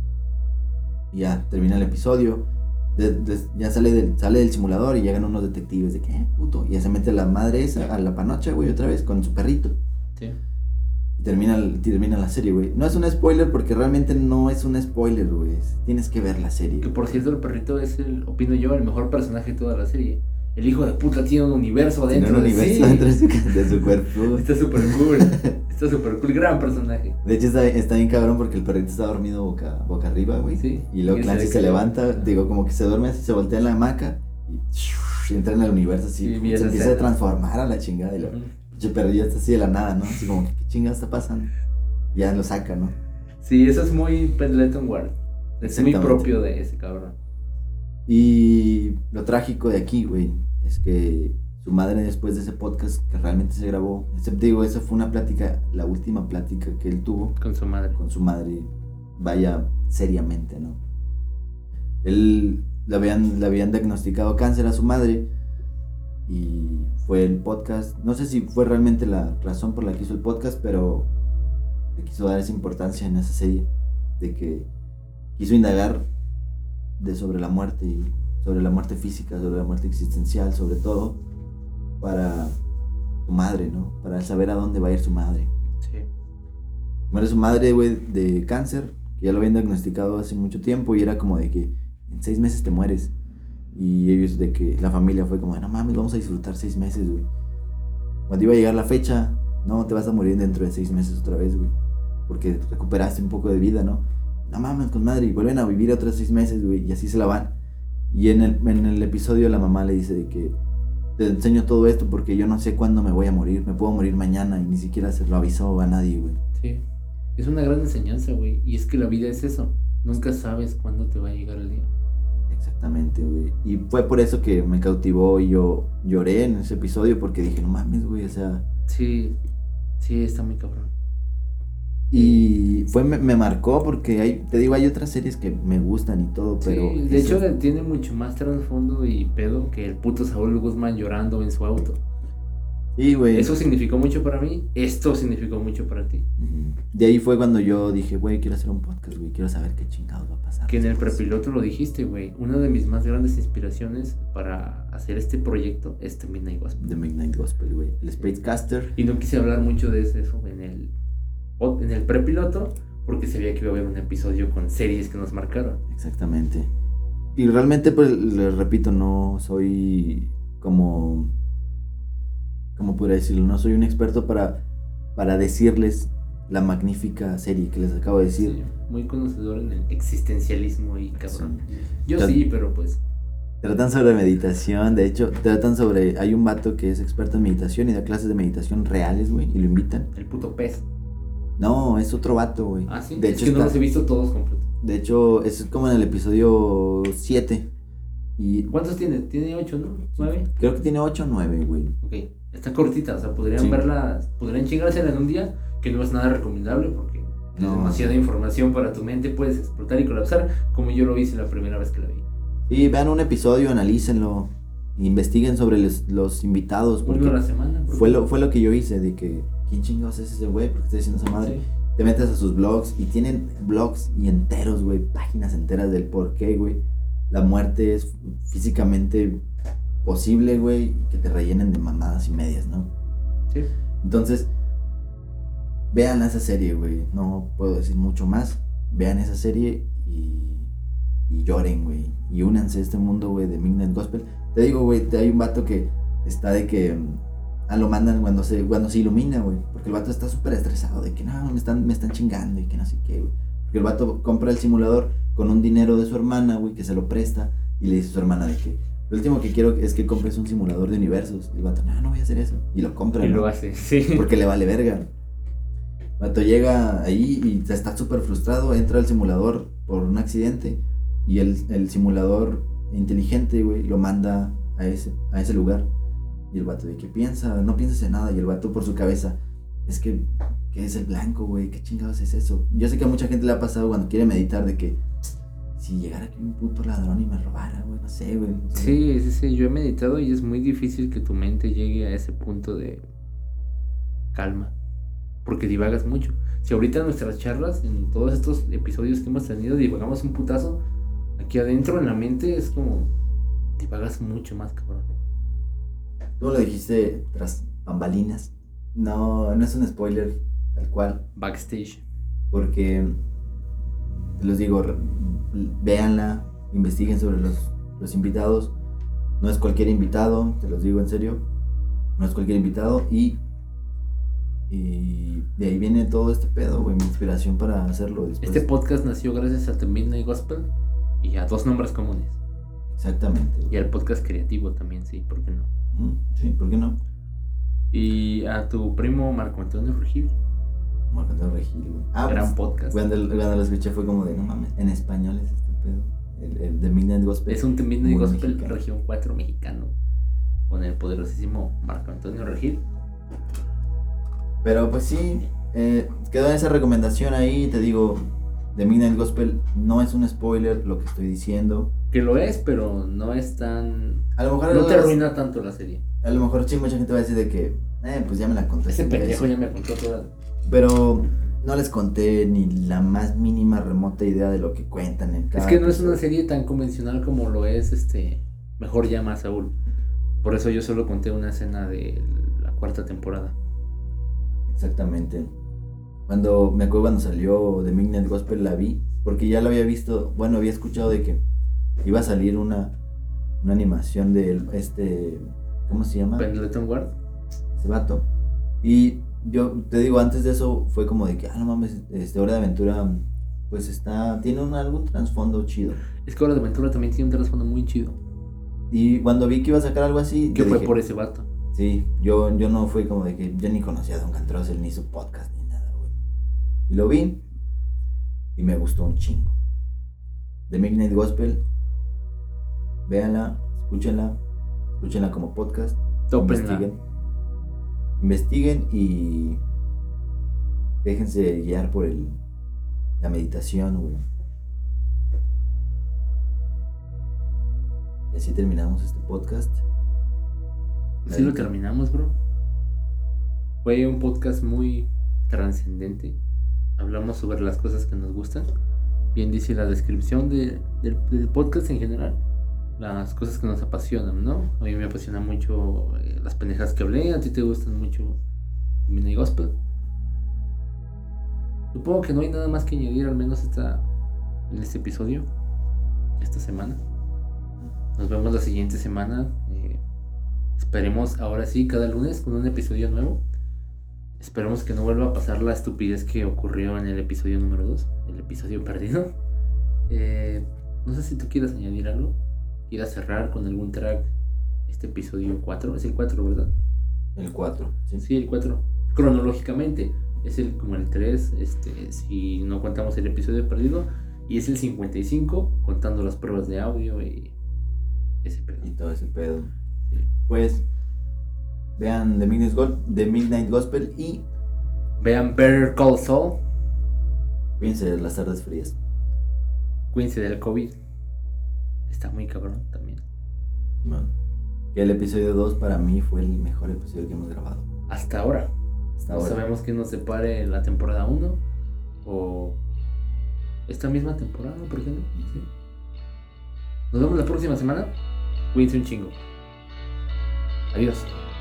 Y ya, termina el episodio, de, de, ya sale del, sale del simulador y llegan unos detectives de que, eh, puto, y ya se mete la madre esa a la panocha, güey, otra vez, con su perrito. Sí. Y termina, termina la serie, güey. No es un spoiler porque realmente no es un spoiler, güey. Tienes que ver la serie. Que por cierto, el perrito es, el, opino yo, el mejor personaje de toda la serie. El hijo de puta tiene un universo adentro. Tiene un universo sí. dentro de su, de su cuerpo. Está súper cool. Está súper cool. Gran personaje. De hecho, está, está bien cabrón porque el perrito está dormido boca, boca arriba, güey. Sí. Y luego Clancy se, se levanta, sí. digo, como que se duerme así, se voltea en la hamaca y entra en el universo así. Sí, se empieza a transformar a la chingada. Y lo, uh-huh. el perrillo está así de la nada, ¿no? Así como, ¿qué chingada está pasando? Ya lo saca, ¿no? Sí, eso es muy Pendleton Ward. Es muy propio de ese cabrón. Y lo trágico de aquí, güey, es que su madre, después de ese podcast que realmente se grabó, excepto digo, esa fue una plática, la última plática que él tuvo con su madre. Con su madre, vaya, seriamente, ¿no? Él le habían, le habían diagnosticado cáncer a su madre y fue el podcast, no sé si fue realmente la razón por la que hizo el podcast, pero le quiso dar esa importancia en esa serie, de que quiso indagar de sobre la muerte, y sobre la muerte física, sobre la muerte existencial, sobre todo para su madre, ¿no? Para saber a dónde va a ir su madre. Sí. Muere su madre, güey, de cáncer, que ya lo habían diagnosticado hace mucho tiempo, y era como de que en seis meses te mueres. Y ellos, de que la familia fue como, no mames, vamos a disfrutar seis meses, güey. Cuando iba a llegar la fecha, no, te vas a morir dentro de seis meses otra vez, güey, porque recuperaste un poco de vida, ¿no? No mames, con madre, y vuelven a vivir otros seis meses, güey, y así se la van. Y en el, en el episodio la mamá le dice de que te enseño todo esto porque yo no sé cuándo me voy a morir, me puedo morir mañana, y ni siquiera se lo avisó a nadie, güey. Sí, es una gran enseñanza, güey, y es que la vida es eso, nunca sabes cuándo te va a llegar el día. Exactamente, güey, y fue por eso que me cautivó y yo lloré en ese episodio, porque dije, no mames, güey, o sea... Sí, sí, está muy cabrón. Y fue me, me marcó porque hay, te digo, hay otras series que me gustan y todo, pero... Sí, de hecho es... tiene mucho más trasfondo y pedo que el puto Saúl Guzmán llorando en su auto. Sí, güey. Eso significó mucho para mí, esto significó mucho para ti. Uh-huh. De ahí fue cuando yo dije, güey, quiero hacer un podcast, güey, quiero saber qué chingados va a pasar. Que en el prepiloto lo dijiste, güey, una de mis más grandes inspiraciones para hacer este proyecto es The Midnight Gospel. The Midnight Gospel, güey, el Spacecaster. Y no quise hablar mucho de eso en el... en el prepiloto, porque sabía que iba a haber un episodio con series que nos marcaron. Exactamente. Y realmente, pues, les repito, no soy como... ¿Cómo podría decirlo? No soy un experto para, para decirles la magnífica serie que les acabo de decir. Sí, muy conocedor en el existencialismo y cabrón. Sí. Yo Trat- sí, pero pues... Tratan sobre meditación, de hecho, tratan sobre... Hay un vato que es experto en meditación y da clases de meditación reales, güey, y lo invitan. El puto pez. No, es otro vato, güey. Ah, sí. De es hecho, que no está- los he visto todos completos. De hecho, es como en el episodio siete. Y ¿Cuántos tiene? Tiene ocho, ¿no? ¿Nueve? creo que tiene ocho o nueve, güey. Ok. Está cortita, o sea, podrían Sí. verla, podrían chingársela en un día, que no es nada recomendable porque es No. demasiada información para tu mente, puedes explotar y colapsar, como yo lo hice la primera vez que la vi. Sí, vean un episodio, analícenlo. Investiguen sobre los, los invitados. Uno Porque a la semana. porque- fue lo, fue lo que yo hice, de que, ¿quién chingados es ese güey? Porque estoy diciendo esa madre. Sí. Te metes a sus blogs y tienen blogs y enteros, güey, páginas enteras del por qué, güey, la muerte es físicamente posible, güey, y que te rellenen de mamadas y medias, ¿no? Sí. Entonces, vean esa serie, güey, no puedo decir mucho más. Vean esa serie y, y lloren, güey, y únanse a este mundo, güey, de Midnight Gospel. Te digo, güey, te- hay un vato que está de que... Ah, lo mandan cuando se, cuando se ilumina, güey. Porque el vato está súper estresado de que no, me están, me están chingando y que no sé qué, güey. Porque el vato compra el simulador con un dinero de su hermana, güey, que se lo presta. Y le dice a su hermana de que lo último que quiero es que compres un simulador de universos. Y el vato, no, no voy a hacer eso. Y lo compra, Y ¿no? lo hace, sí. Porque le vale verga. El vato llega ahí y está súper frustrado. Entra al simulador por un accidente. Y el, el simulador inteligente, güey, lo manda a ese, a ese lugar. Y el vato de que piensa, no piensas en nada. Y el vato por su cabeza, es que, ¿qué es el blanco, güey? ¿Qué chingados es eso? Yo sé que a mucha gente le ha pasado cuando quiere meditar de que, si llegara aquí un puto ladrón y me robara, güey, no sé, güey. No sé. Sí, sí, sí, yo he meditado y es muy difícil que tu mente llegue a ese punto de calma, porque divagas mucho. Si ahorita en nuestras charlas, en todos estos episodios que hemos tenido, divagamos un putazo, aquí adentro en la mente es como, divagas mucho más, cabrón. Tú lo dijiste tras bambalinas. No, no es un spoiler, tal cual. Backstage. Porque, te los digo, re- véanla, investiguen sobre los, los invitados. No es cualquier invitado, te los digo en serio. No es cualquier invitado y, y de ahí viene todo este pedo, güey, mi inspiración para hacerlo después. Este podcast nació gracias a The Midnight Gospel y a dos nombres comunes. Exactamente, Y güey. al podcast creativo también, sí, ¿por qué no? Ujú, sí, ¿por qué no? Y a tu primo Marco Antonio Regil, Marco Antonio Regil, güey. Ah, gran pues, podcast. cuando, cuando lo escuché fue como de, no mames, en español es este pedo. El, el de Midnight Gospel. Es un The Midnight muy Gospel mexicano. región cuatro mexicano, con el poderosísimo Marco Antonio Regil. Pero pues sí, eh, quedó esa recomendación ahí, te digo, The Midnight Gospel no es un spoiler lo que estoy diciendo. Que lo es, pero no es tan... A lo mejor No te las- arruina tanto la serie. A lo mejor sí, mucha gente va a decir de que, eh, pues ya me la conté. Ese cien pendejo veces. ya me contó toda. Pero no les conté ni la más mínima remota idea de lo que cuentan en cada Es que no es una episodio. serie tan convencional como lo es este... Mejor llama a Saúl. Por eso yo solo conté una escena de la cuarta temporada. Exactamente. Cuando, me acuerdo cuando salió The Midnight Gospel la vi, porque ya lo había visto, bueno, había escuchado de que iba a salir una, una animación de este, ¿cómo se llama? Pendleton Ward. Ese vato. Y yo te digo, antes de eso fue como de que, ah, no mames, este Hora de Aventura, pues está, tiene un, algún trasfondo chido. Es que Hora de Aventura también tiene un trasfondo muy chido. Y cuando vi que iba a sacar algo así, Que yo fue dije, por ese vato. sí, yo, yo no fui como de que yo ni conocía a Don Cantrosel ni su podcast ni nada, güey. Y lo vi y me gustó un chingo. The Midnight Gospel, véanla, escúchenla, escúchenla como podcast, Tópenla. investiguen, investiguen y déjense guiar por el, la meditación, güey. Y así terminamos este podcast. Así lo terminamos, bro. Fue un podcast muy trascendente. Hablamos sobre las cosas que nos gustan. Bien dice la descripción de, del, del podcast en general. Las cosas que nos apasionan, ¿no? A mí me apasiona mucho eh, las pendejas que hablé. A ti te gustan mucho Midnight Gospel. Supongo que no hay nada más que añadir, al menos esta, en este episodio, esta semana. Nos vemos la siguiente semana. Eh, esperemos ahora sí, cada lunes con un episodio nuevo. Esperemos que no vuelva a pasar la estupidez que ocurrió en el episodio número dos, el episodio perdido. Eh, no sé si tú quieras añadir algo. Quieras cerrar con algún track este episodio cuatro. Es el cuatro, ¿verdad? El cuatro, ¿sí? Sí, el cuatro. Cronológicamente. Es el como el tres, este, si no contamos el episodio perdido. Y es el cincuenta y cinco, contando las pruebas de audio y ese pedo. Y todo ese pedo. Sí. Pues vean The Midnight, Go- The Midnight Gospel y Vean Better Call Saul. cuídense de las tardes frías. Cuídense del COVID. Está muy cabrón también. Simón. Que el episodio dos para mí fue el mejor episodio que hemos grabado. Hasta ahora. Hasta No ahora. sabemos qué nos separe la temporada uno o esta misma temporada, ¿por qué no? Sí. Nos vemos la próxima semana. Cuídense un chingo. Adiós.